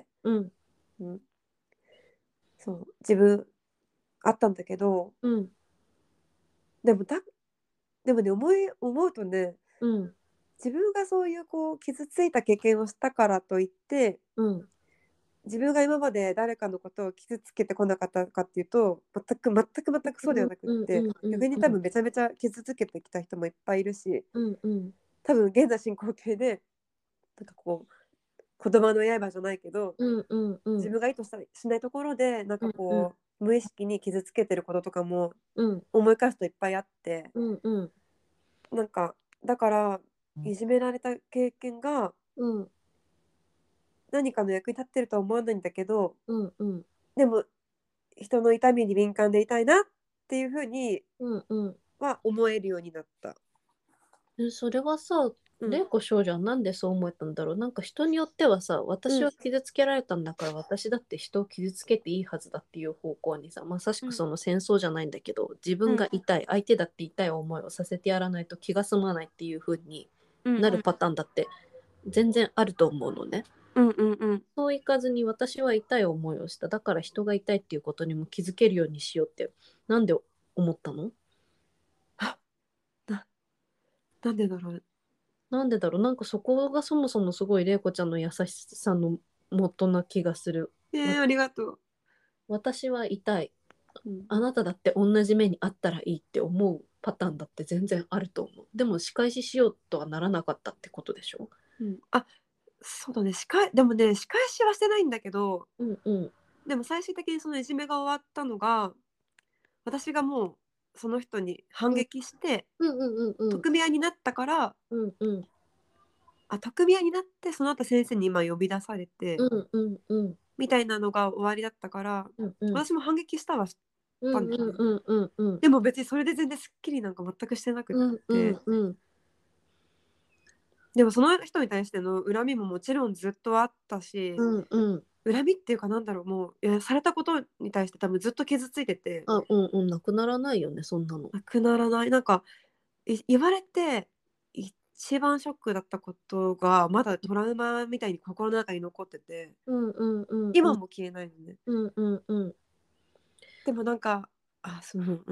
うんうん、自分あったんだけど、 うんでもだでもね、思うとね、 うん自分がそういう傷ついた経験をしたからといって、 うん自分が今まで誰かのことを傷つけてこなかったかっていうと、全くそうではなくって、 うんうんうん逆に多分めちゃめちゃ傷つけてきた人もいっぱいいるし、 うんうん多分現在進行形で、なんか言霊の刃じゃないけど、 うんうんうん自分が意図したりしないところで、なんかうん無意識に傷つけてることとかもうん思い返すといっぱいあって、 うんうんなんか、だから、いじめられた経験がうん何かの役に立ってるとは思わないんだけど、 うんうんでも人の痛みに敏感でいたいなっていうふうにうんは思えるようになった。 それはさ、 うん。 玲子少女はなんでそう思えたんだろう。なんか人によってはさ、 うん。 私は傷つけられたんだから私だって人を傷つけていいはずだっていう方向にさ、まさしうん。 くその戦争じゃないんだけど、自分うん。 が痛い、相手だって痛い思いをさせてやらないと気が済まないっていう風にうん。 なるパターンだって全然あると思うのね。 うんうんうん。 そういかずに私は痛い思いをした。だから人が痛いっていうことにも気づけるようにしようって、なんで思ったの？ あ、ななんでだろう。 なんでだろう。なんかそこがそもそもすごい玲子ちゃんの優しさの元な気がする。 ありがとう。 私は痛い。 うん。 あなただって同じ目にあったらいいって思うパターンだって全然あると思う。でも仕返ししようとはならなかったってことでしょ？ うん。そうだね。でもね、仕返しはしてないんだけど、 うんうんでも最終的にそのいじめが終わったのが、私がもうその人に反うん撃して、 うんうんうん匿名になったから、 うんうん匿名になってその後先生に今呼び出されて、 うんうんうんみたいなのが終わりだったから、 うんうん私も反撃したうんんだよね。 うんうんうんでも別にそれで全然すっきりなんか全くしてなくっうんうて、 んうんでもその人に対しての恨みももちろんずっとあったし、 うんうん恨みっていうかなんだろう、もう、されたことに対して多分ずっと傷ついてて、 うんうん、なくならないよね、そんなの。 なくならない。なんか、言われて一番ショックだったことが、まだトラウマみたいに心の中に残ってて、 うんうんうんうん今も消えないのね。 うんうんうんでもなんか、うん。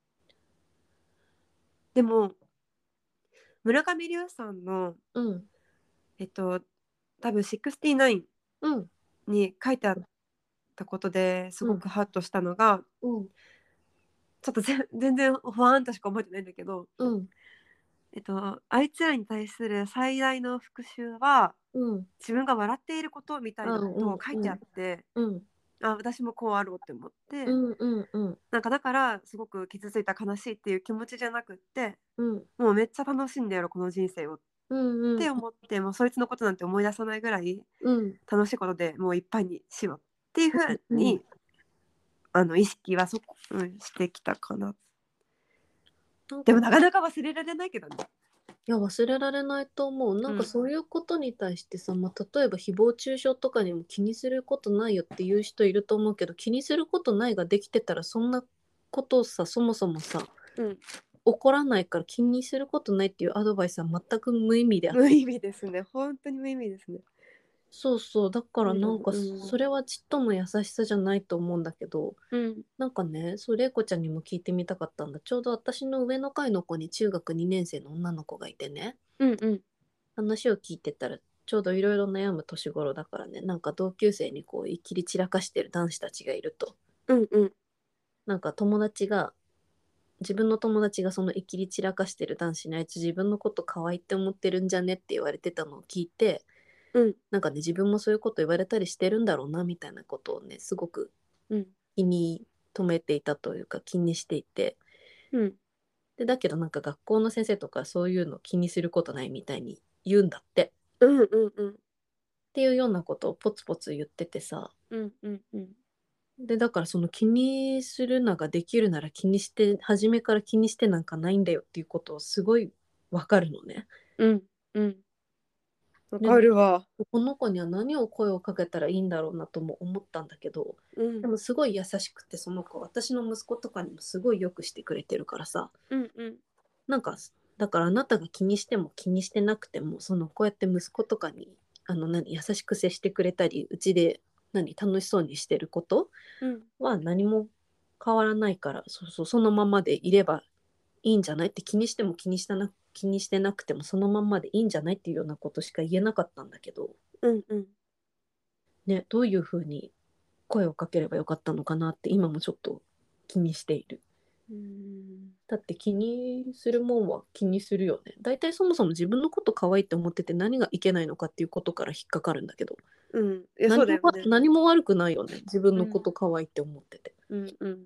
でも、村上龍さんの、 うん多分69 うんに書いてあったことですうんごくハッとしたのが、 うんちょっと全然不安としか思えてないんだけど、 うんあいつらに対する最大の復讐は、 うん自分が笑っていることみたいなことうんを書いてあって、 うん私もこうあろうって思って、 うんうんうんなんかだからすごく傷ついた悲しいっていう気持ちじゃなくって、 うんもうめっちゃ楽しんでやろうこの人生をっうんうんて思って、もうそいつのことなんて思い出さないぐらいうん楽しいことでもういっぱいにしようっていうふううんに意識はしてきたかな。 なんか、 でもなかなか忘れられないけどね。 いや、忘れられないと思う。なんかそういうことに対してさ、例えば誹謗中傷とかにも気にすることないよっていう人いると思うけど、気にすることないができてたら、そんなことをさ、そもそもさ、 うん、 起こらないから気にすることないっていうアドバイスは全く無意味であって。 無意味ですね。本当に無意味ですね。 そうそう。だからなんか、 うん、 それはちっとも優しさじゃないと思うんだけど、 うん、 なんかね、そう、玲子ちゃんにも聞いてみたかったんだ。ちょうど私の上の階の子に中学2年生の女の子がいてね、 うん、うん、 話を聞いてたら、ちょうどいろいろ悩む年頃だからね、なんか同級生にこう、いきり散らかしてる男子たちがいると。 うん、うん、 なんか友達が、 自分の友達がそのいきり散らかしてる男子にあいつ自分のこと可愛いって思ってるんじゃねって言われてたのを聞いて、 うんなんかね自分もそういうこと言われたりしてるんだろうなみたいなことをねすごくうん気に留めていたというか気にしていて、 うんでだけどなんか学校の先生とかそういうの気にすることないみたいに言うんだってっうんうんうんていうようなことをポツポツ言っててさ、 うんうんうんでだからその気にするのができるなら気にして初めから気にしてなんかないんだよっていうことをすごいわかるのね。 うんうんわでかるわ。 この子には何を声をかけたらいいんだろうなとも思ったんだけど、 うんでもすごい優しくてその子私の息子とかにもすごいよくしてくれてるからさ、 うんうんなんかだからあなたが気にしても気にしてなくてもそのこうやって息子とかに優しく接してくれたりうちで楽しそうにしてることうんは何も変わらないから、そうそうそのままでいればいいんじゃないって気にしても気にしてなくてもそのまんまでいいんじゃないっていうようなことしか言えなかったんだけど、 うんうんね、どういうふうに声をかければよかったのかなって今もちょっと気にしている。 うんだって気にするもんは気にするよね。だいたいそもそも自分のこと可愛いって思ってて何がいけないのかっていうことから引っかかるんだけど、 うんいやそうだよね。 何も悪くないよね。自分のこうんと可愛いって思ってて。 うんうん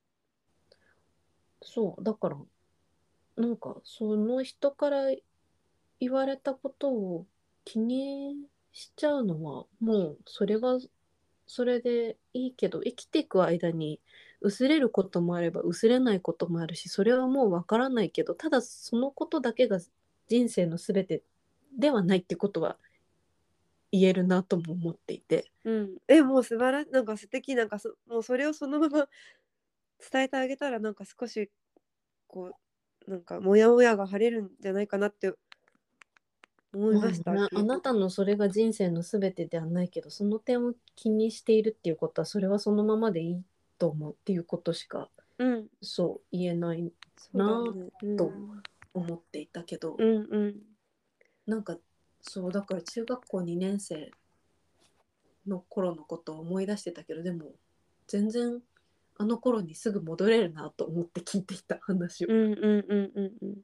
そう、だからなんかその人から言われたことを気にしちゃうのはもうそれはそれでいいけど、生きていく間に薄れることもあれば薄れないこともあるし、それはもうわからないけど、ただそのことだけが人生の全てではないってことは言えるなとも思っていて。 うんもう素晴らしい、なんか素敵、なんかもうそれをそのまま伝えてあげたらなんか少しこうなんかモヤモヤが晴れるんじゃないかなって思いまあました。 ね、あ聞いて。 なたのそれが人生の全てではないけど、その点を気にしているっていうことは、それはそのままでいいと思うっていうことしか、 うんそう言えないそうだよなね。うんと思っていたけど、 うんうんなんかそうだから中学校2年生の頃のことを思い出してたけど、でも全然あの頃にすぐ戻れるなと思って聞いていた話を。 うんうんうんうんうん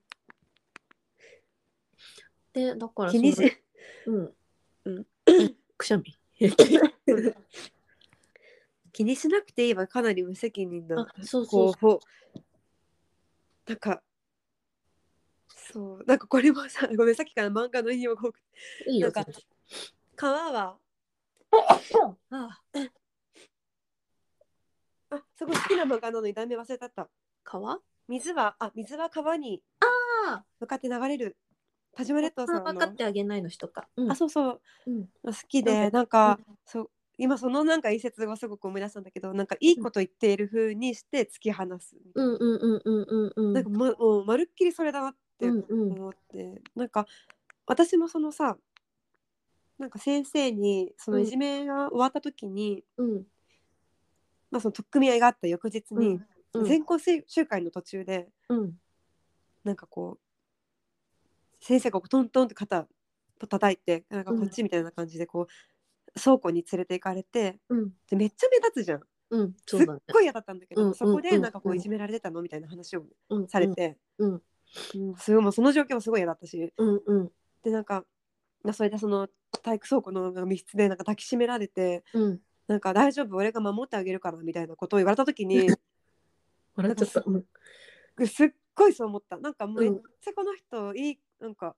でだからその気にし、 うんうん、 くしゃみ気にしなくていいはかなり無責任なあそうそうそ方法。なんかそうなんかこれもさ、ごめんさっきから漫画の引用が多くて、 ういいなんかよ全然。 川はあすごい好きな漫画なのに題名忘れたった。 川水は川にあ向かって流れる、田島列島さんの、 分かってあげないの人か。うんそうそううん。 好きなんか、 で、なんか、そう今そのなんか一節がすごく思い出したんだけど、なんかいいこと言っている風にして突き放すみたいな、 うんうんうんうんうんうんなんか、もうまるっきりそれだなってうんうん思って、なんか私もそのさ、なんか先生にそのいじめが終わった時に、 うんその取っ組み合いがあった翌日に、 うんうん全校集会の途中でうんなんかこう先生がこうトントンって肩と叩いて、なんかうんこっちみたいな感じでこう倉庫に連れて行かれて、 うんでめっちゃ目立つじゃん。 うんそすっうだね。 ごい嫌だったんだけど、 うんそこでなんかこうんういじめられてたのみたいな話をうんうんされて、 うんすごいもうその状況もすごい嫌だったし、 うんうんでなんかそれでその体育倉庫の密室でなんか抱きしめられて、 うんなんか大丈夫俺が守ってあげるからみたいなことを言われた時に、 笑っちゃった。 すっごいそう思った。なんかめっうんちゃこの人いい、なんか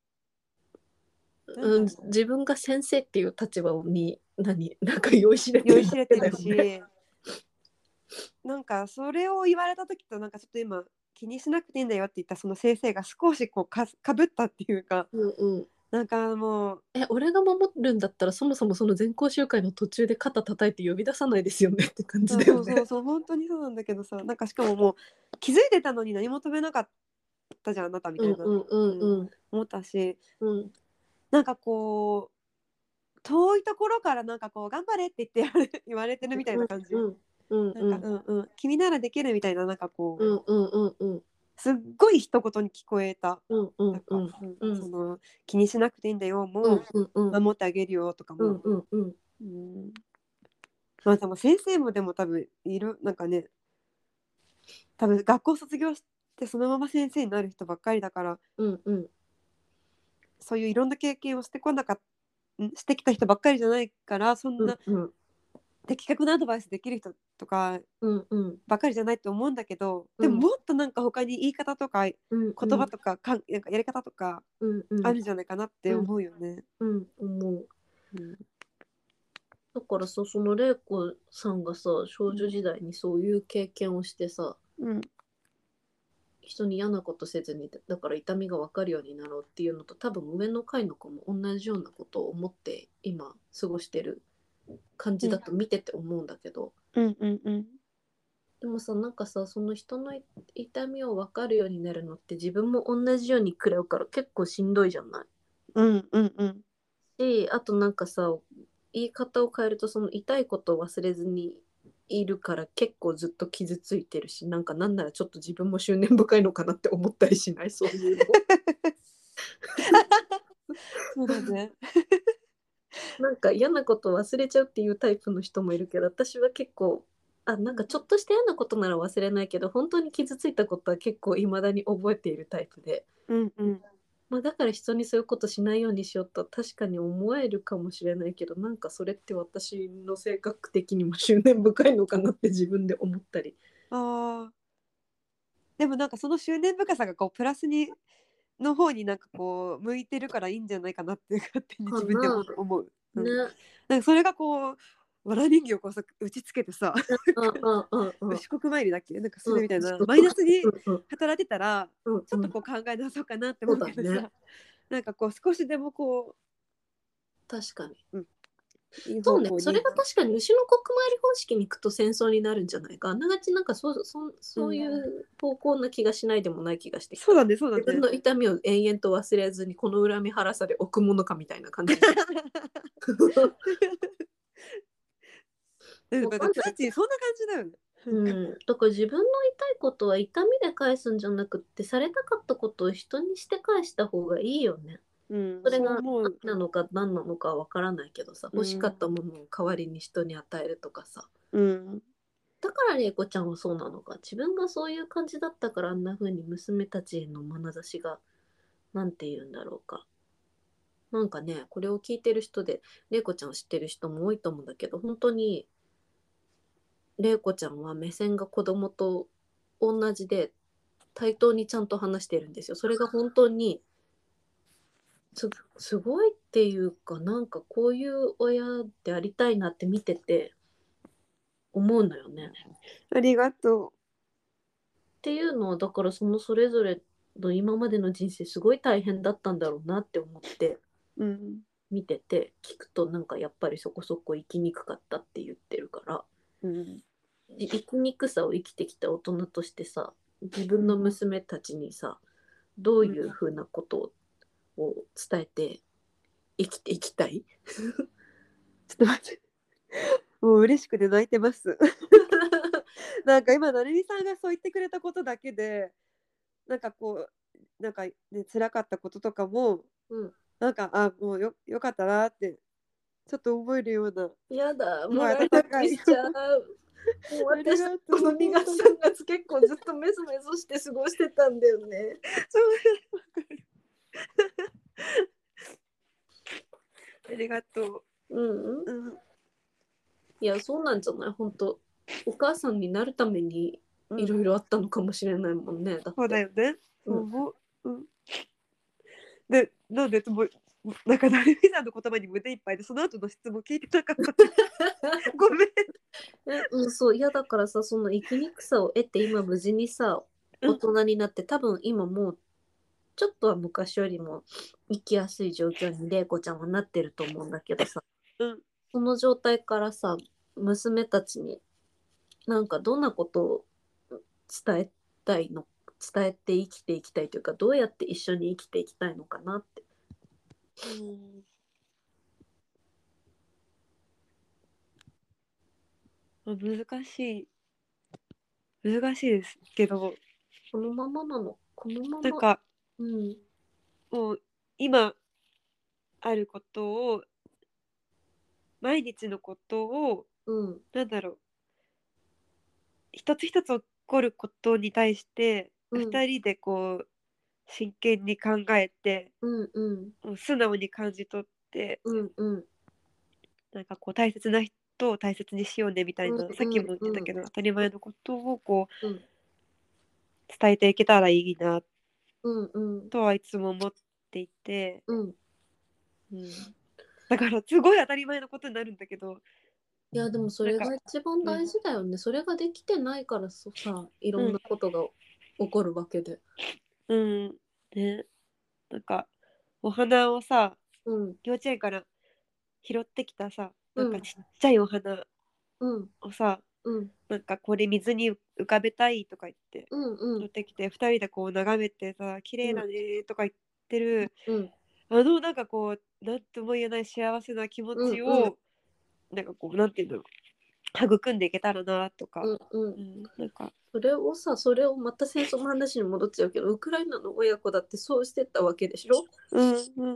なんうん、 だろう、 自分が先生っていう立場になんか酔いしれて酔いるだけしれてるだよね。 し、なんかそれを言われた時となんかちょっと今気にしなくていいんだよって言ったその先生が少しこうかぶったっていうか、 うんうん。 なんかもう俺が守るんだったらそもそもその全校集会の途中で肩叩いて呼び出さないですよねって感じそうだよね。 そうそうそう本当にそうなんだけどさ、なんかしかももう気づいてたのに何も止めなかったじゃんあなたみたいな、 うんうんうんうん思ったし、 うんなんかこう遠いところからなんかこう頑張れって言われてるみたいな感じ、 うんうんなんかうん君ならできるみたいな、なんかこううんうんうんうんすっごい一言に聞こえた。 うんうなんか、 んうんうんその気にしなくていいんだようんもうんうん守ってあげるよとかも、 うんうんうんうん、でも先生もでも多分いるなんかね、 多分学校卒業してそのまま先生になる人ばっかりだから、 うんうんそういういろんな経験をしてきた人ばっかりじゃないから、そんなうんうん的確なアドバイスできる人とかうんうんばっかりじゃないと思うんだけど、 うんでももっとなんか他に言い方とか言うん葉とか、なんかやり方とかうんうんあるんじゃないかなって思うよね。 うん思う。 うん。 だからさ、その玲子さんがさ、少女時代にそういう経験をしてさ、 うん。 人に嫌なことせずに、だから痛みが分かるようになろうっていうのと、多分上の階の子も同じようなことを思って今過ごしてる感じだと見てて思うんだけど、 うんうんうん。 でもさ、なんかさ、その人の痛みを分かるようになるのって自分も同じように食らうから結構しんどいじゃない。 うんうんうん。 あとなんかさ、言い方を変えるとその痛いことを忘れずにいるから結構ずっと傷ついてるし、なんかなんならちょっと自分も執念深いのかなって思ったりしない？そういうの。 そうだね。 なんか嫌なこと忘れちゃうっていうタイプの人もいるけど、私は結構、なんかちょっとした嫌なことなら忘れないけど、本当に傷ついたことは結構未だに覚えているタイプで。 うんうん。 まあ、だから人にそういうことしないようにしようと確かに思えるかもしれないけど、なんかそれって私の性格的にも執念深いのかなって自分で思ったり。 ああ。でもなんかその執念深さがこうプラスにの方になんかこう向いてるからいいんじゃないかなって勝手に自分でかな。 思う。うん。 ね。 なんかそれがこうわら人形をこうさ打ちつけてさ、 うん牛国参りだっけなんかすうんるみたいなマイナスにうん働いてたらちょっうんうん。 とこう考え直そうかなって思そうだね。 うけどさ、なんかこう少しでもこ確かに。 う、うん、いいそうね。 方向に。 それが確かに牛の国参り方式に行くと戦争になるんじゃないか。あながちなんかそういうん、 う方向な気がしないでもない気がしてきた。 そうだねそうだ自分ね。 の痛みを延々と忘れずにこの恨み晴らさで置くものかみたいな感じで。 でもタわかんない。 ーチそんな感じだよね。なんかうん、だから自分の痛いことは痛みで返すんじゃなくってされたかったことを人にして返した方がいいよね。 うん、そうそれが思う。 愛なのか何なのかわからないけどさ、欲しかうん、 ったものを代わりに人に与えるとかさ。 うん、 だから玲子ちゃんはそうなのか。自分がそういう感じだったからあんな風に娘たちへの眼差しが、なんて言うんだろうか。なんかね、これを聞いてる人で玲子ちゃんを知ってる人も多いと思うんだけど、本当に玲子ちゃんは目線が子供と同じで対等にちゃんと話してるんですよ。それが本当にすごいっていうか、なんかこういう親でありたいなって見てて思うのよね。 ありがとっていうのは、だからそれぞれの今までの人生すごい大変だったんだろうなって思ってう。うん、 見てて、聞くとなんかやっぱりそこそこ生きにくかったって言ってるから、 うん、 生きにくさを生きてきた大人としてさ、自分の娘たちにさ、どううん。ちいうふうなことを伝えて生きていきたい？ ょっと待って。もう嬉しくて泣いてます。なんか今、なるみさんがそう言ってくれたことだけで、なんかこう、なんかね、辛かったこととかも、 うん。 なんか、あ、もうよかったなって、ちょっと思えるような、 やだ、 すごいもらい温かい。 泣きしちゃう。もうあり私、 がとう、 この2月、 本当に。 3月結構ずっとメソメソして過ごしてたんだよね。 そう、わかる。ありがとうんうん。 う。うん、 いや、そうなんじゃない本当。お母さんになるためにうん、 いろいろあったのかもしれないもんね。だっそうだて。 よね。そうん。 う思う。うん。で、なんで、なんか、なるみさんの言葉に胸いっぱいで、その後の質問聞いてなかった。ごめん。 うん、そう。いや、だからさ、その生きにくさを得て、今無事にさ、大うん、 人になって、多分今もう、ちょっとは昔よりも生きやすい状況に玲子ちゃんはなってると思うんだけどさ、 うん、 その状態からさ、娘たちになんかどんなことを伝えたいの、伝えて生きていきたいというか、どうやって一緒に生きていきたいのかなって。 うん。難しい。難しいですけど、 このままなの。このまま。 なんか、 うん。 もう、今あることを、毎日のことを、 うん。 なんだろう、一つ一つをこることに対してうん 2人でこう真剣に考えて、 うんうんもう素直に感じ取って、 うんうんなんかこう大切な人を大切にしようねみたいな、さっきも言ってたけど当たり前のことをこううん伝えていけたらいいなうんうんとはいつも思っていて、 うんうん、だからすごい当たり前のことになるんだけど、 いやでもそなんか、 れが一番うん、 大事だよね。それができてないからさ、いろんなうん、 ことが起こるわけで。 うん、ね、なんかお花をさ、 うん幼稚園から拾ってきたさ、なんうんかちっちゃいお花うんをさ、 うんなんかこれ水に浮かべたいとか言ってうんうん拾ってきて、2人でこう眺めてさ、綺麗だねとか言ってる、 うんなんかこうなんとも言えない幸せな気持うんうんちを、なんかこうなんていうの、育んでいけたらなとか、 うんうん。 うん、なんか、 それをまた戦争の話に戻っちゃうけど、ウクライナの親子だってそうしてったわけでしょ。 うんうん、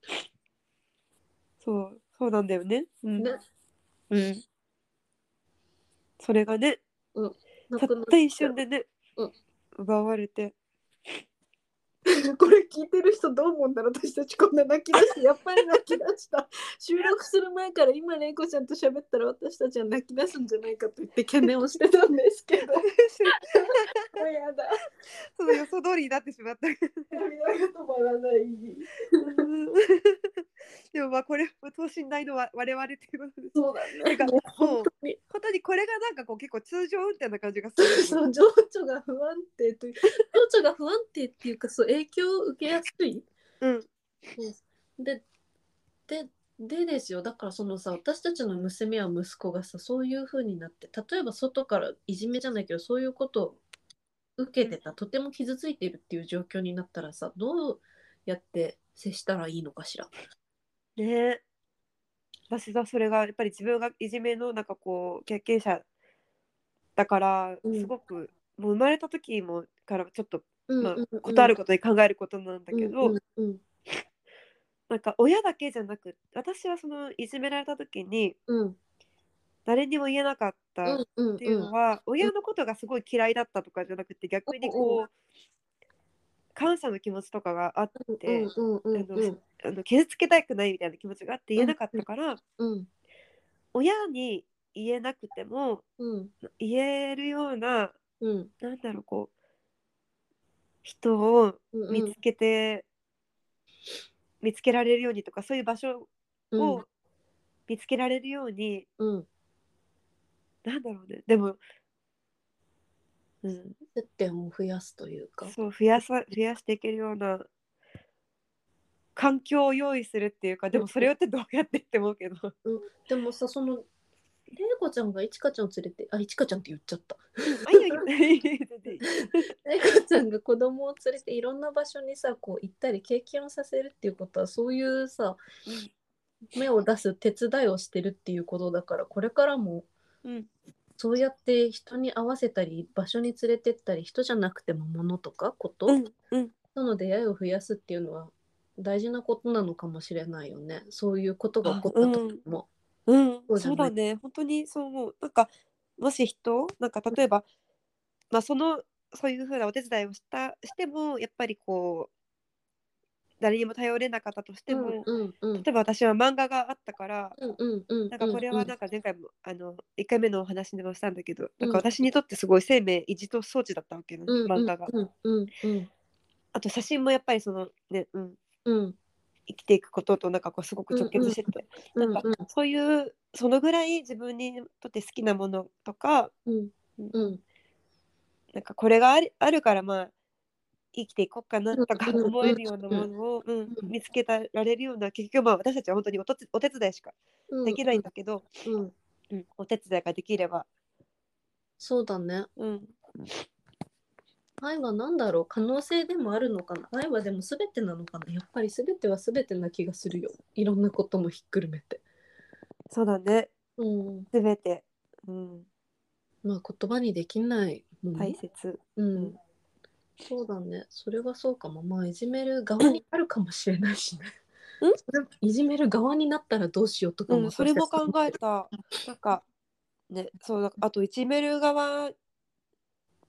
そうなんだよね。うん、 ね。 うん、それがね、 うん。なくなったった一ちゃう。 瞬でね、 うん。 奪われて。 これ聞いてる人どう思うんだろう。私たちこんな泣き出して、やっぱり泣き出した。収録する前から今玲子ちゃんと喋ったら私たちは泣き出すんじゃないかと言って懸念をしてたんですけど。もうやだ。 その予想通りになってしまった。 涙が止まらない。 うんでもまあこれも等身大の我々ということです。 そうだね。 なんかもう本もう当に。 本当にこれがなんかこう結構通常運転な感じがするよね。 そう、情緒が不安定という、情緒が不安定っていうか、そう、影響を受けやすい。 うん、 で、で、でですよ。だからそのさ、私たちの娘や息子がさ、そういう風になって、例えば外からいじめじゃないけど、そういうことを受けてた、とても傷ついているっていう状況になったらさ、どうやって接したらいいのかしら。 ね、私はそれがやっぱり自分がいじめのなんかこう経験者だからうんすごく、もう生まれた時もからちょっとまあうんうんことあることに考えることなんだうんけど、 うんうんなんか親だけじゃなく、私はそのいじめられた時にうん誰にも言えなかったっうんうんていううんのは、親のことがすごい嫌いだったとかじゃなくて、逆にこう感謝の気持ちとかがあっうんて、 うんうあのんうん傷つけたくないみたいな気持ちがあって言うんえなかったから、 うん親に言えなくてもうん言えるような、 うんなんだろう、こう人を見うんつけて、見つけられるようにとか、そういう場所うんを見つけられるように、 うんなんだろうね、でも、うん、 接点を増やすというか。 そう増やしていけるような環境を用意するっていうか、でもそれってどうやってって思うけど。 うん、でもさ、その、玲子ちゃんがいちかちゃんを連れて、いちかちゃんって言っちゃった。 うん、あ、いいよいいよ。全然いい。 玲子ちゃんが子供を連れていろんな場所にさ、こう行ったり経験をさせるっていうことは、そういうさ、芽を出す手伝いをしてるっていうことだから、これからもうん、 そうやって人に合わせたり、場所に連れてったり、人じゃなくても物とかこと、 うん、うん、 との出会いを増やすっていうのは大事なことなのかもしれないよね。そういうことが起こった時も。 うん、 そうじゃない。 そうだね。本当にそう思う。なんか、もしなんか例えば、まあ、そういうふうなお手伝いをしても、やっぱりこう、誰にも頼れなかったとしてうんも、 うんうん例えば私は漫画があったから、 うんうんうんなんかこうんうんれはなんか前回も1回目のお話でもしたんだけど、なんかうん私にとってすごい生命維持と装置だったわけね、 うんうん漫画が。 うんうんうんあと写真もやっぱりそのね、 うん生きていくこととなんかこうすごく直結してて、なんかうんうんそういうそのぐらい自分にとって好きなものとか、 うんうんうんなんかこれがあるからまあ生きていこうかなとか思えうんるようなものを、 うん見つけられるような、結局まあ私たちは本当にお手伝いしかうんできないんだけど、 うんお手伝いができれば、 そうだね。 うん、 愛は何だろう、可能性でもあるのかな。愛はでも全てなのかな。やっぱり全ては全てな気がするよ。いろんなこともひっくるめて。 そうだね、 うん。 すべて、 まあ言葉にできないもの。 大切。 うん。そうだね。それはそうかも。まあいじめる側にあるかもしれないしね。 うんいじめる側になったらどうしようとかもそれも私は考えた。なんかね、そうだ、あといじめる側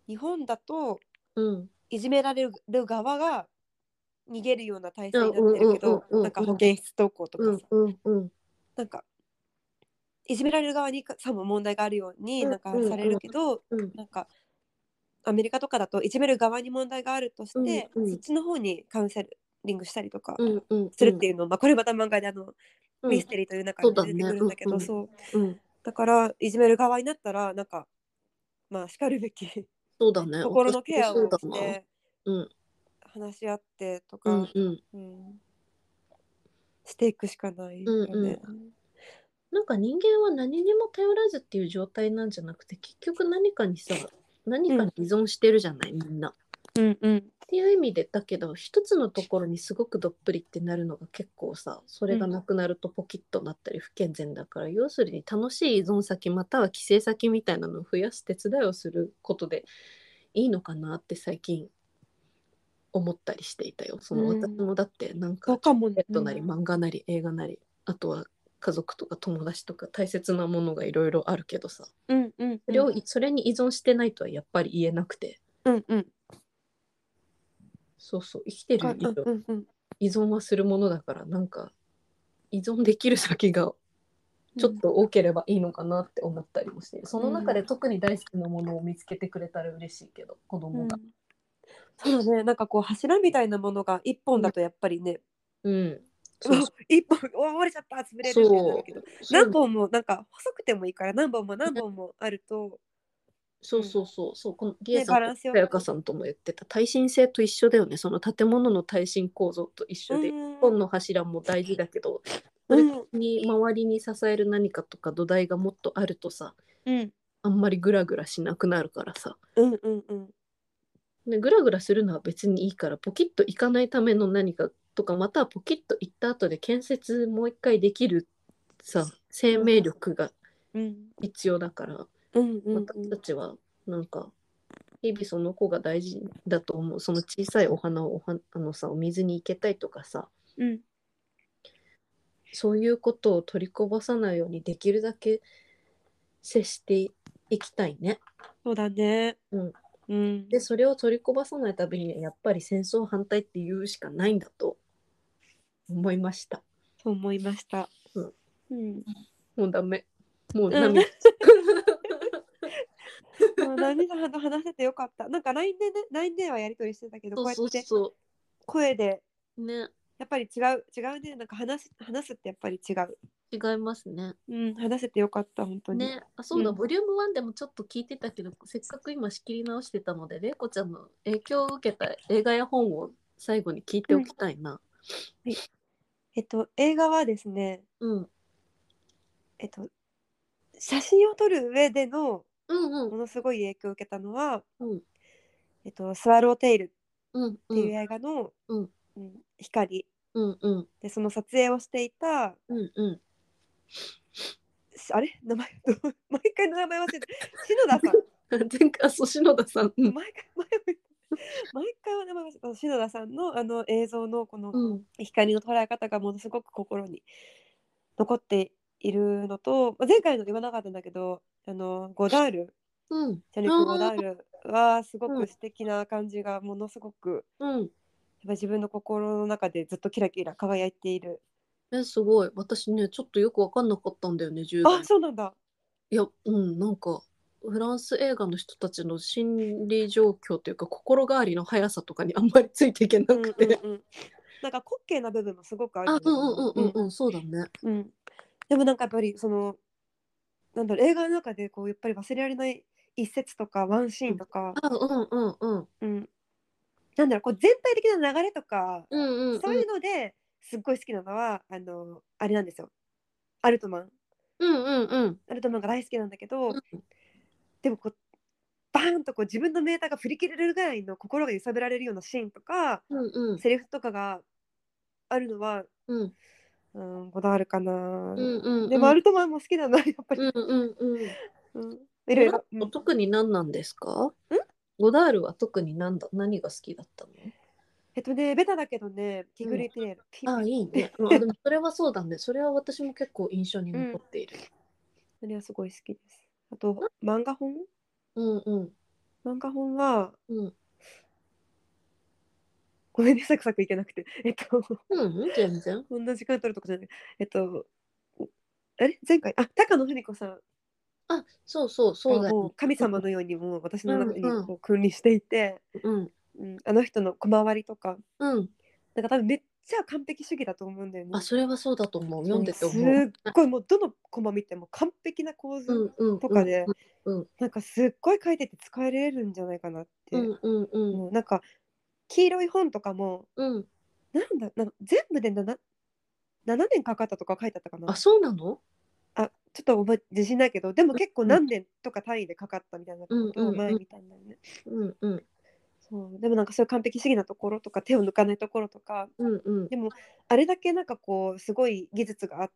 日本だとうん。 いじめられる側が逃げるような体あ、 制になってるけど、なんか保健室登校とかさ、なんかいじめられる側にさも問題があるようになんかされるけど、なんかアメリカとかだといじめる側に問題があるとして、そっちの方にカウンセリングしたりとかするっていうのを、まあ、これまた漫画でミステリーという中で、出てくるんだけど、そうだからいじめる側になったらなんかまあしかるべきそうだね。 心のケアをそうだな。 してうん。 話し合ってとか、 うんうん。 していくしかないよね。 なんか人間は何にも頼らずっていう状態なんじゃなくて、結局何かに依存してるじゃない、みんな。っていう意味で、だけど一つのところにすごくどっぷりってなるのが結構さ、それがなくなるとポキッとなったり不健全だから、要するに楽しい依存先または寄生先みたいなのを増やす手伝いをすることでいいのかなって最近思ったりしていたよ。私もだってなんかチョコレートなり漫画なり映画なり、あとは家族とか友達とか大切なものがいろいろあるけどさ、それに依存してないとはやっぱり言えなくて、そうそう、生きてる以上依存はするものだから、なんか依存できる先がちょっと多ければいいのかなって思ったりもして、その中で特に大好きなものを見つけてくれたら嬉しいけど、子供が。 そうだね、なんかこう柱みたいなものが一本だとやっぱりね、 そう一本折れちゃった潰れるってなるけど、何本もなんか細くてもいいから何本もあると、 このリエさんとバランスよく、 さやかさんとも言ってた耐震性と一緒だよね。その建物の耐震構造と一緒で、本の柱も大事だけど、それに周りに支える何かとか土台がもっとあるとさ、あんまりグラグラしなくなるからさ。でグラグラするのは別にいいから、ポキッといかないための何かとか、またはポキッといった後で建設もう一回できるさ、生命力が必要だから、私たちはなんか日々その子が大事だと思う。その小さいお花をお水に行けたいとかさ、そういうことを取りこぼさないようにできるだけ接していきたいね。 そうだね。 でそれを取りこぼさないためにはやっぱり戦争反対って言うしかないんだと思いました。 そう思いました。 もうダメ。もう涙。 もう何が話せてよかった。なんか LINE ではやり取りしてたけど、こうやって声でね、 やっぱり違うね。なんか話すってやっぱり違う。 違いますね。 話せてよかった本当に。 ね、そうだ、ボリューム1でもちょっと聞いてたけど、せっかく今仕切り直してたので、れいこちゃんの影響を受けた映画や本を最後に聞いておきたいな。 はい。映画はですね、写真を撮る上でのものすごい影響を受けたのは、スワローテイルっていう映画の、光、でその撮影をしていた、あれ名前毎回の名前忘れて篠田さん篠田さん、 毎回は名前忘れて篠田さんの映像のこの光の捉え方がものすごく心に残っているのと、前回の言わなかったんだけどゴダール、ジャニック・ゴダールはすごく素敵な感じがものすごく、やっぱ自分の心の中でずっとキラキラ輝いている。 すごい。私ね、ちょっとよく分かんなかったんだよね、10代。 あ、そうなんだ。 いや、なんか、フランス映画の人たちの心理状況というか、心変わりの速さとかにあんまりついていけなくて。 なんか滑稽な部分もすごくあるよね。そうだね。 でもなんかやっぱりなんだろう、映画の中でこうやっぱり忘れられない一節とかワンシーンとか、なんだろう、こう全体的な流れとか、そういうのですっごい好きなのはあれなんですよ。アルトマン。アルトマンが大好きなんだけど、でもこうバーンとこう自分のメーターが振り切れるぐらいの心が揺さぶられるようなシーンとか、セリフとかがあるのは、こだわるかな。でもアルトマンも好きだな、やっぱり。いろいろ。 特に何なんですか？ゴダールは特に何が好きだったの？ ベタだけどね、ティグリ・ピネール。 いいね。でもそれはそうだね。それは私も結構印象に残っている。 それはすごい好きです。あと、漫画本漫画本はうん。 ごめんね、サクサクいけなくてうん、全然。 こんな時間取るとこじゃない。あれ前回高野文子さんあ、そうそう、そうがだよね。 もう神様のようにもう私の中にうんうんこう君臨していて、 うん。 あの人の小回りとかうん。 なんか多分めっちゃ完璧主義だと思うんだよあ、 ね。 それはそうだと思う。読んそう、 でてすっ思う。 ごいもうどのコマ見ても完璧な構図うんうんうんとかで、 うんうんなんかすっごい書いてて使えれるんじゃないかなって。 うんうんうん。 もうなんか黄色い本とかもうん。 なんか全部で7年かかったとか書いてあったかな。 あ、そうなの？ ちょっと自信ないけど、でも結構うん何年とか単位でかかったみたいなうんことうんうんを前見たんだよね。 うんうんそうでもなんかそういう完璧主義なところとか手を抜かないところとか、 うんうんでもあれだけなんかこうすごい技術があって、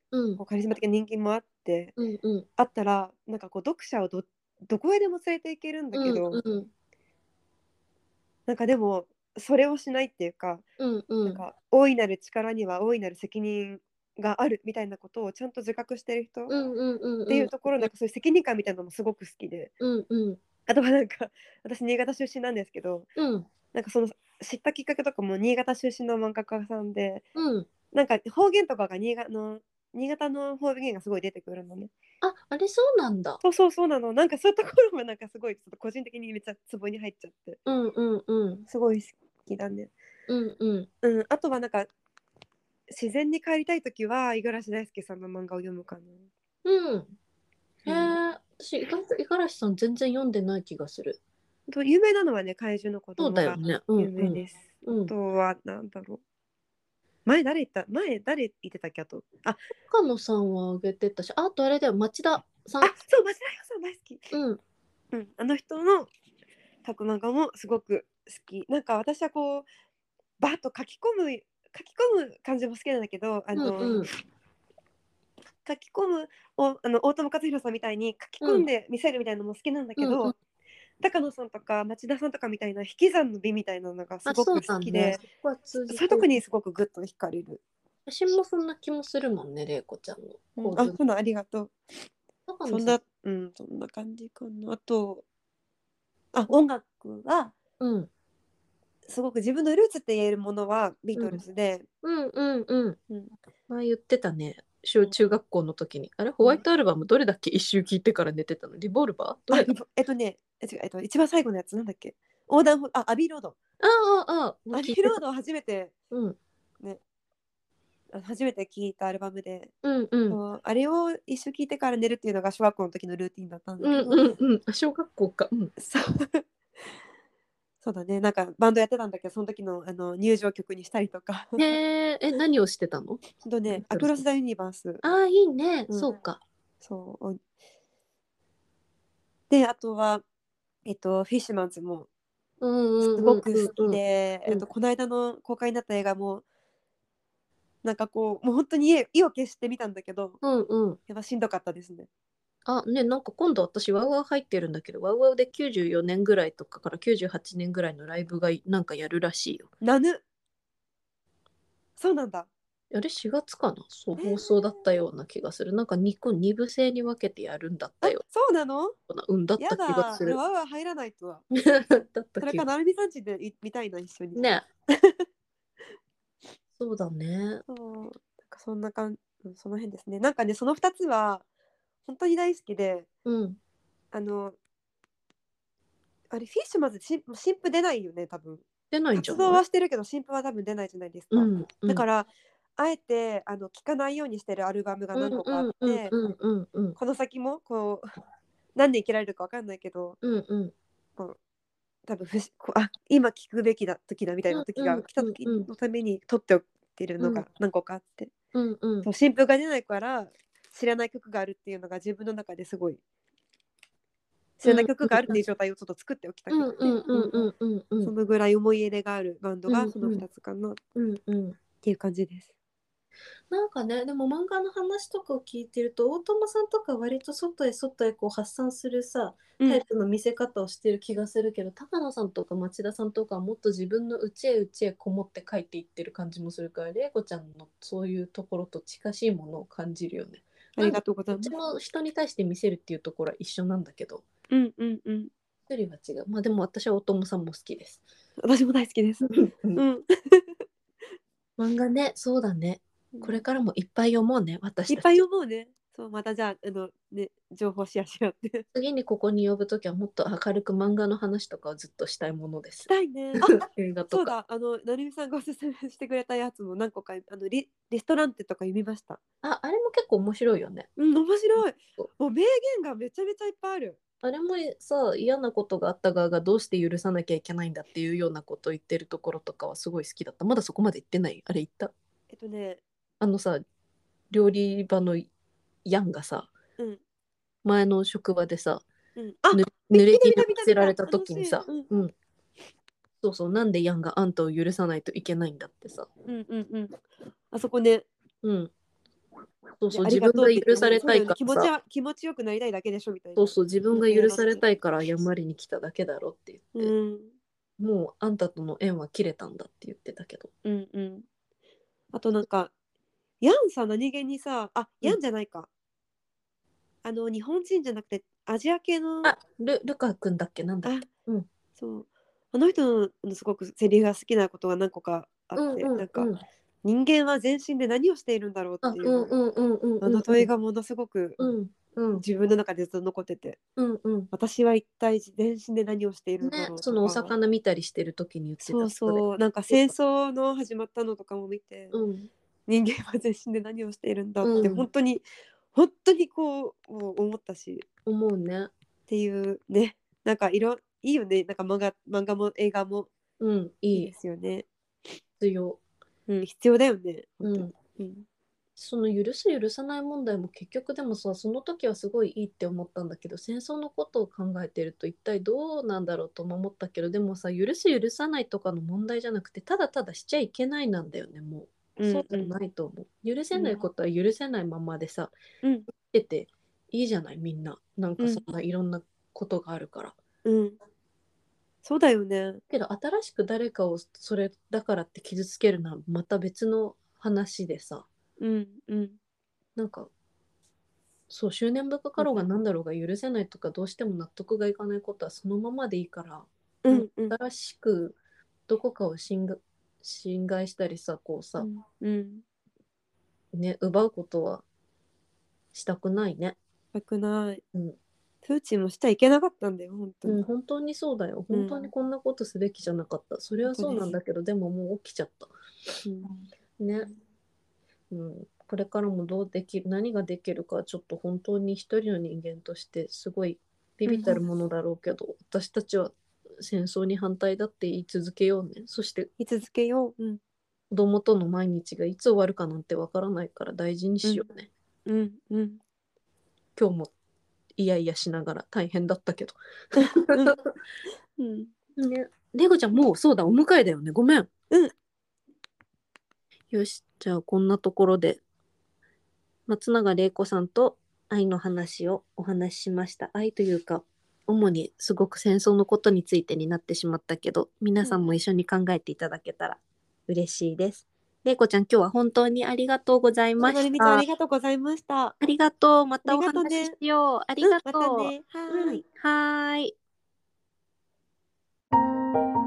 うんこうカリスマ的な人気もあってうんうんあったらなんかこう読者をどこへでも連れていけるんだけうんど、 うんなんかでもそれをしないっていうか、 うんうんなんか大いなる力には大いなる責任があるみたいなことをちゃんと自覚してる人っうんうんていうんうところ、なんかそういう責任感みたいなのもすごく好きで、 うんうんあとはなんか私新潟出身なんですけど、 うんなんかその知ったきっかけとかも新潟出身の漫画家さんで、 うん。 なんか方言とかが新潟の方言がすごい出てくるのね。 あ、あれそうなんだ。 そうそうそうなの。なんかそういうところもなんかすごいちょっと個人的にめっちゃツボに入っちゃって、 うんうんうんすごい好きだね。 うんうんあとはなんか自然に帰りたいときは五十嵐大輔さんの漫画を読むかな。 うん。へうん。 え、私意外と五十嵐さん全然読んでない気がする。 有名なのはね、怪獣の子そう供がだよね。うんうん有名です。あうん。 とはなんだろう。前誰言ってたっけ、あと。 岡野さんはあげてたし、あとあれだよ、町田さん。 そう、町田洋さん大好き。 うんあの人の書く漫画もすごく好き。なんか私はこう、バーッと書き込む感じも好きなんだけど、 うんうん書き込む大友克洋さんみたいに書きうん込んで見せるみたいなのも好きなんだけうんうん。 ど、高野さんとか町田さんとかみたいな引き算の美みたいなのがすあ、 ごく好そうだね。 きで、 そこは通じそういうてる。 とこにすごくグッと惹かれる。 私もそんな気もするもんね、玲子ちゃんの構図。 そんなありがとう。 高野さん。 そんな感じかな。あと、音楽はうん。 すごく自分のルーツって言えるものはビートルズで、 うんうんうん。 うん前言ってたね。小中学校の時に。あれ、ホうんワイトアルバムどれだっけ？一周聞いてから寝てたの。リボルバーどれだ？ 違う、一番最後のやつなんだっけ、横断歩アビーロード。 ああ、ああ、もうア聞いてた。 ビーロードをうん。 初めて聴いたアルバムで、 うんうん。 そうあれを一緒聴いてから寝るっていうのが小学校の時のルーティンだったんだうんけど、 うんうん。あ、小学校か。うん。 そうそうだね、なんかバンドやってたんだけど、その時の入場曲にしたりとかへえ、何をしてたの？ アクロス・ザ・ユニバース、 ああ、いいね。 うん、 そうか。 そうで、あとはフィッシュマンズもうんすうんうんごく好きうんで、 うん。 この間の公開になった映画もなんかこうもう本当に意を決してみたんだけど、 うんうん。 やっぱしんどかったですね。 あ、ね、なんか今度私ワウワウ入ってるんだけど、ワウワウで94年ぐらいとかから98年ぐらいのライブがなんかやるらしいよ。 そうなんだ。 あれ4月かな、そう、 えー放送だったような気がする。なんか2部制に分けてやるんだったよ。 そうなの？ うんだった気がやだ、 する。 わわ入らないとは。 だった気が。 それかなるみさんちで見たいな、一緒に。 ね。そうだね。 なんかそんなその辺ですね。なんかね、その2つは本当に大好きで、 うん。 あのあれフィッシュまず新譜出ないよね、多分。 出ないんじゃ活動ない？ はしてるけど新譜は多分出ないじゃないですか。 うんうんだからあえて聴かないようにしてるアルバムがうん何個かあっうんうんて、 うんうんうんこの先もこう何年生きられるか分かんないけど、 うんうんこう多分今聴くべきだ時だみたいな時がうん来た時のために撮っておいてるのが何個かあって、 うんうんそう新譜が出ないから知らない曲があるっていうのが自分の中ですごい、知らない曲があるっていう状態をちょっと作っておきたくって、そのぐらい思い入れがあるバンドがその2つかなっていう感じです。 なんかね、でも漫画の話とかを聞いてると、大友さんとか割と外へ外へこう発散するさ、タイプの見せ方をしてる気がするけど、高野さんとか町田さんとかはもっと自分の内へ内へこもって書いていってる感じもするから、玲子ちゃんのそういうところと近しいものを感じるよね。 ありがとうございます。 どっちも人に対して見せるっていうところは一緒なんだけど。 うんうんうん。 一人は違う。まあでも私はおともさんも好きです。 私も大好きです。 うんうん。 漫画ね、そうだね。これからもいっぱい読もうね、私いっぱいたち。 読もうね。そう、またじゃあ、ね、情報シェアしようって。 次にここに呼ぶときはもっと明るく漫画の話とかをずっとしたいものでしす。 たいね。あ、 映画とか。 そうだ、なるみさんがおすすめしてくれたやつも何個か、レストランテとか読みました。 あ、あれも結構面白いよね。 うん、面白い。もう名言がめちゃめちゃいっぱいある。 あれもさ、嫌なことがあった側がどうして許さなきゃいけないんだっていうようなことを言ってるところとかはすごい好きだった。まだそこまで言ってない？あれ言った？ ね、 あのさ、料理場のヤンがさ、 うん、 前の職場でさ、 うん。あ、 ぬ濡れ衣見た見た着せられ見た見た。 た時にさ、 うん、 うん、そうそう、なんでヤンがあんたを許さないといけないんだってさ、 うんうんうん。あそこね、 うん、そうで、 そう、 ありが自分がとうって言って、 許されたそうだよね、 いからさ、 気持ちよくなりたいだけでしょみたいな。 そうそう、自分が許されたいから謝りに来ただけだろって言って、 うん、 もうあんたとの縁は切れたんだって言ってたけど。 うんうん。あとなんか、ヤンさ、何気にさ、あ、 うん、 ヤンじゃないか。日本人じゃなくて、アジア系の、 あ、ルカ君だっけ、なんだっあ、 け。うん、 そう。あの人のすごくセリフが好きなことが何個かあっうんて、なんか、 うんうん。 人間は全身で何をしているんだろうっあ、 ていう、 うんうんうんうんあのうん問いがものすごくうんうん自分の中でずっと残ってて、 うんうん。 私は一体全身で何をしているんだね、 ろうそのおとか、 魚見たりしてる時に言ってそうた、それ。 そう、なんか戦争の始まったのとかも見て、 うん人間は全身で何をしているんだって、 うん、 本当にこう、もう思ったし、 思うね。 っていうね、なんかいいよね、なんか漫画も映画もうん、いい、 いいですよね。 必要。 うん、必要だよね、本当に。 うん。 うん。 その許す許さない問題も結局でもさ、その時はすごいいいって思ったんだけど、戦争のことを考えてると一体どうなんだろうとも思ったけど、でもさ、許す許さないとかの問題じゃなくて、ただただしちゃいけないなんだよね、もう。そうじゃうんうん。 ないと思う。許せないうんことは許せないままでさ、 うん生きてていいじゃない、みんな。なんかそうんんないろんなことがあるから。 うん。そうだよね。 けど新しく誰かをそれだからって傷つけるのはまた別の話でさ、 うんうんなんかそう執念深かろうが何だろうが許せないとかどうしても納得がいかないことはそのままでいいから、なんかうんうん新しくどこかを侵害したりさ、こうさ、 うんうんね、奪うことはしたくないね。 したくない。 うん、 プーチンもしちゃいけなかったんだよ、本当に。 うん、本当にそうだよ。本当にうん、 こんなことすべきじゃなかった。それはそう本当です。 なんだけど、でももう起きちゃった。 うん、 ね。うん、これからも何ができるかちょっと本当に一人の人間としてすごいビビたるものだろうけど、私たちは戦争に反対だって言い続けようね。そして居続けよう。うん、 子供との毎日がいつ終わるかなんてわからないから大事にうん、 しようね。 うん、うん、 今日もイヤイヤしながら大変だったけど。 うん、うん、 ね、レゴちゃんもうそうだ、お迎えだよね。ごめん。 うん、 よし、じゃあこんなところで松永玲子さんと愛の話をお話ししました。愛というか、主にすごく戦争のことについてになってしまったけど、皆さんも一緒に考えていただけたら嬉しいです。玲子ちゃん、今日は本当にありがとうございまなるみちゃんあした。 りがとうございました。あありがとう。またりお話しがとうね。 しよう。ありうん、 がまたとね。はう。うん、 ーい。 はーい。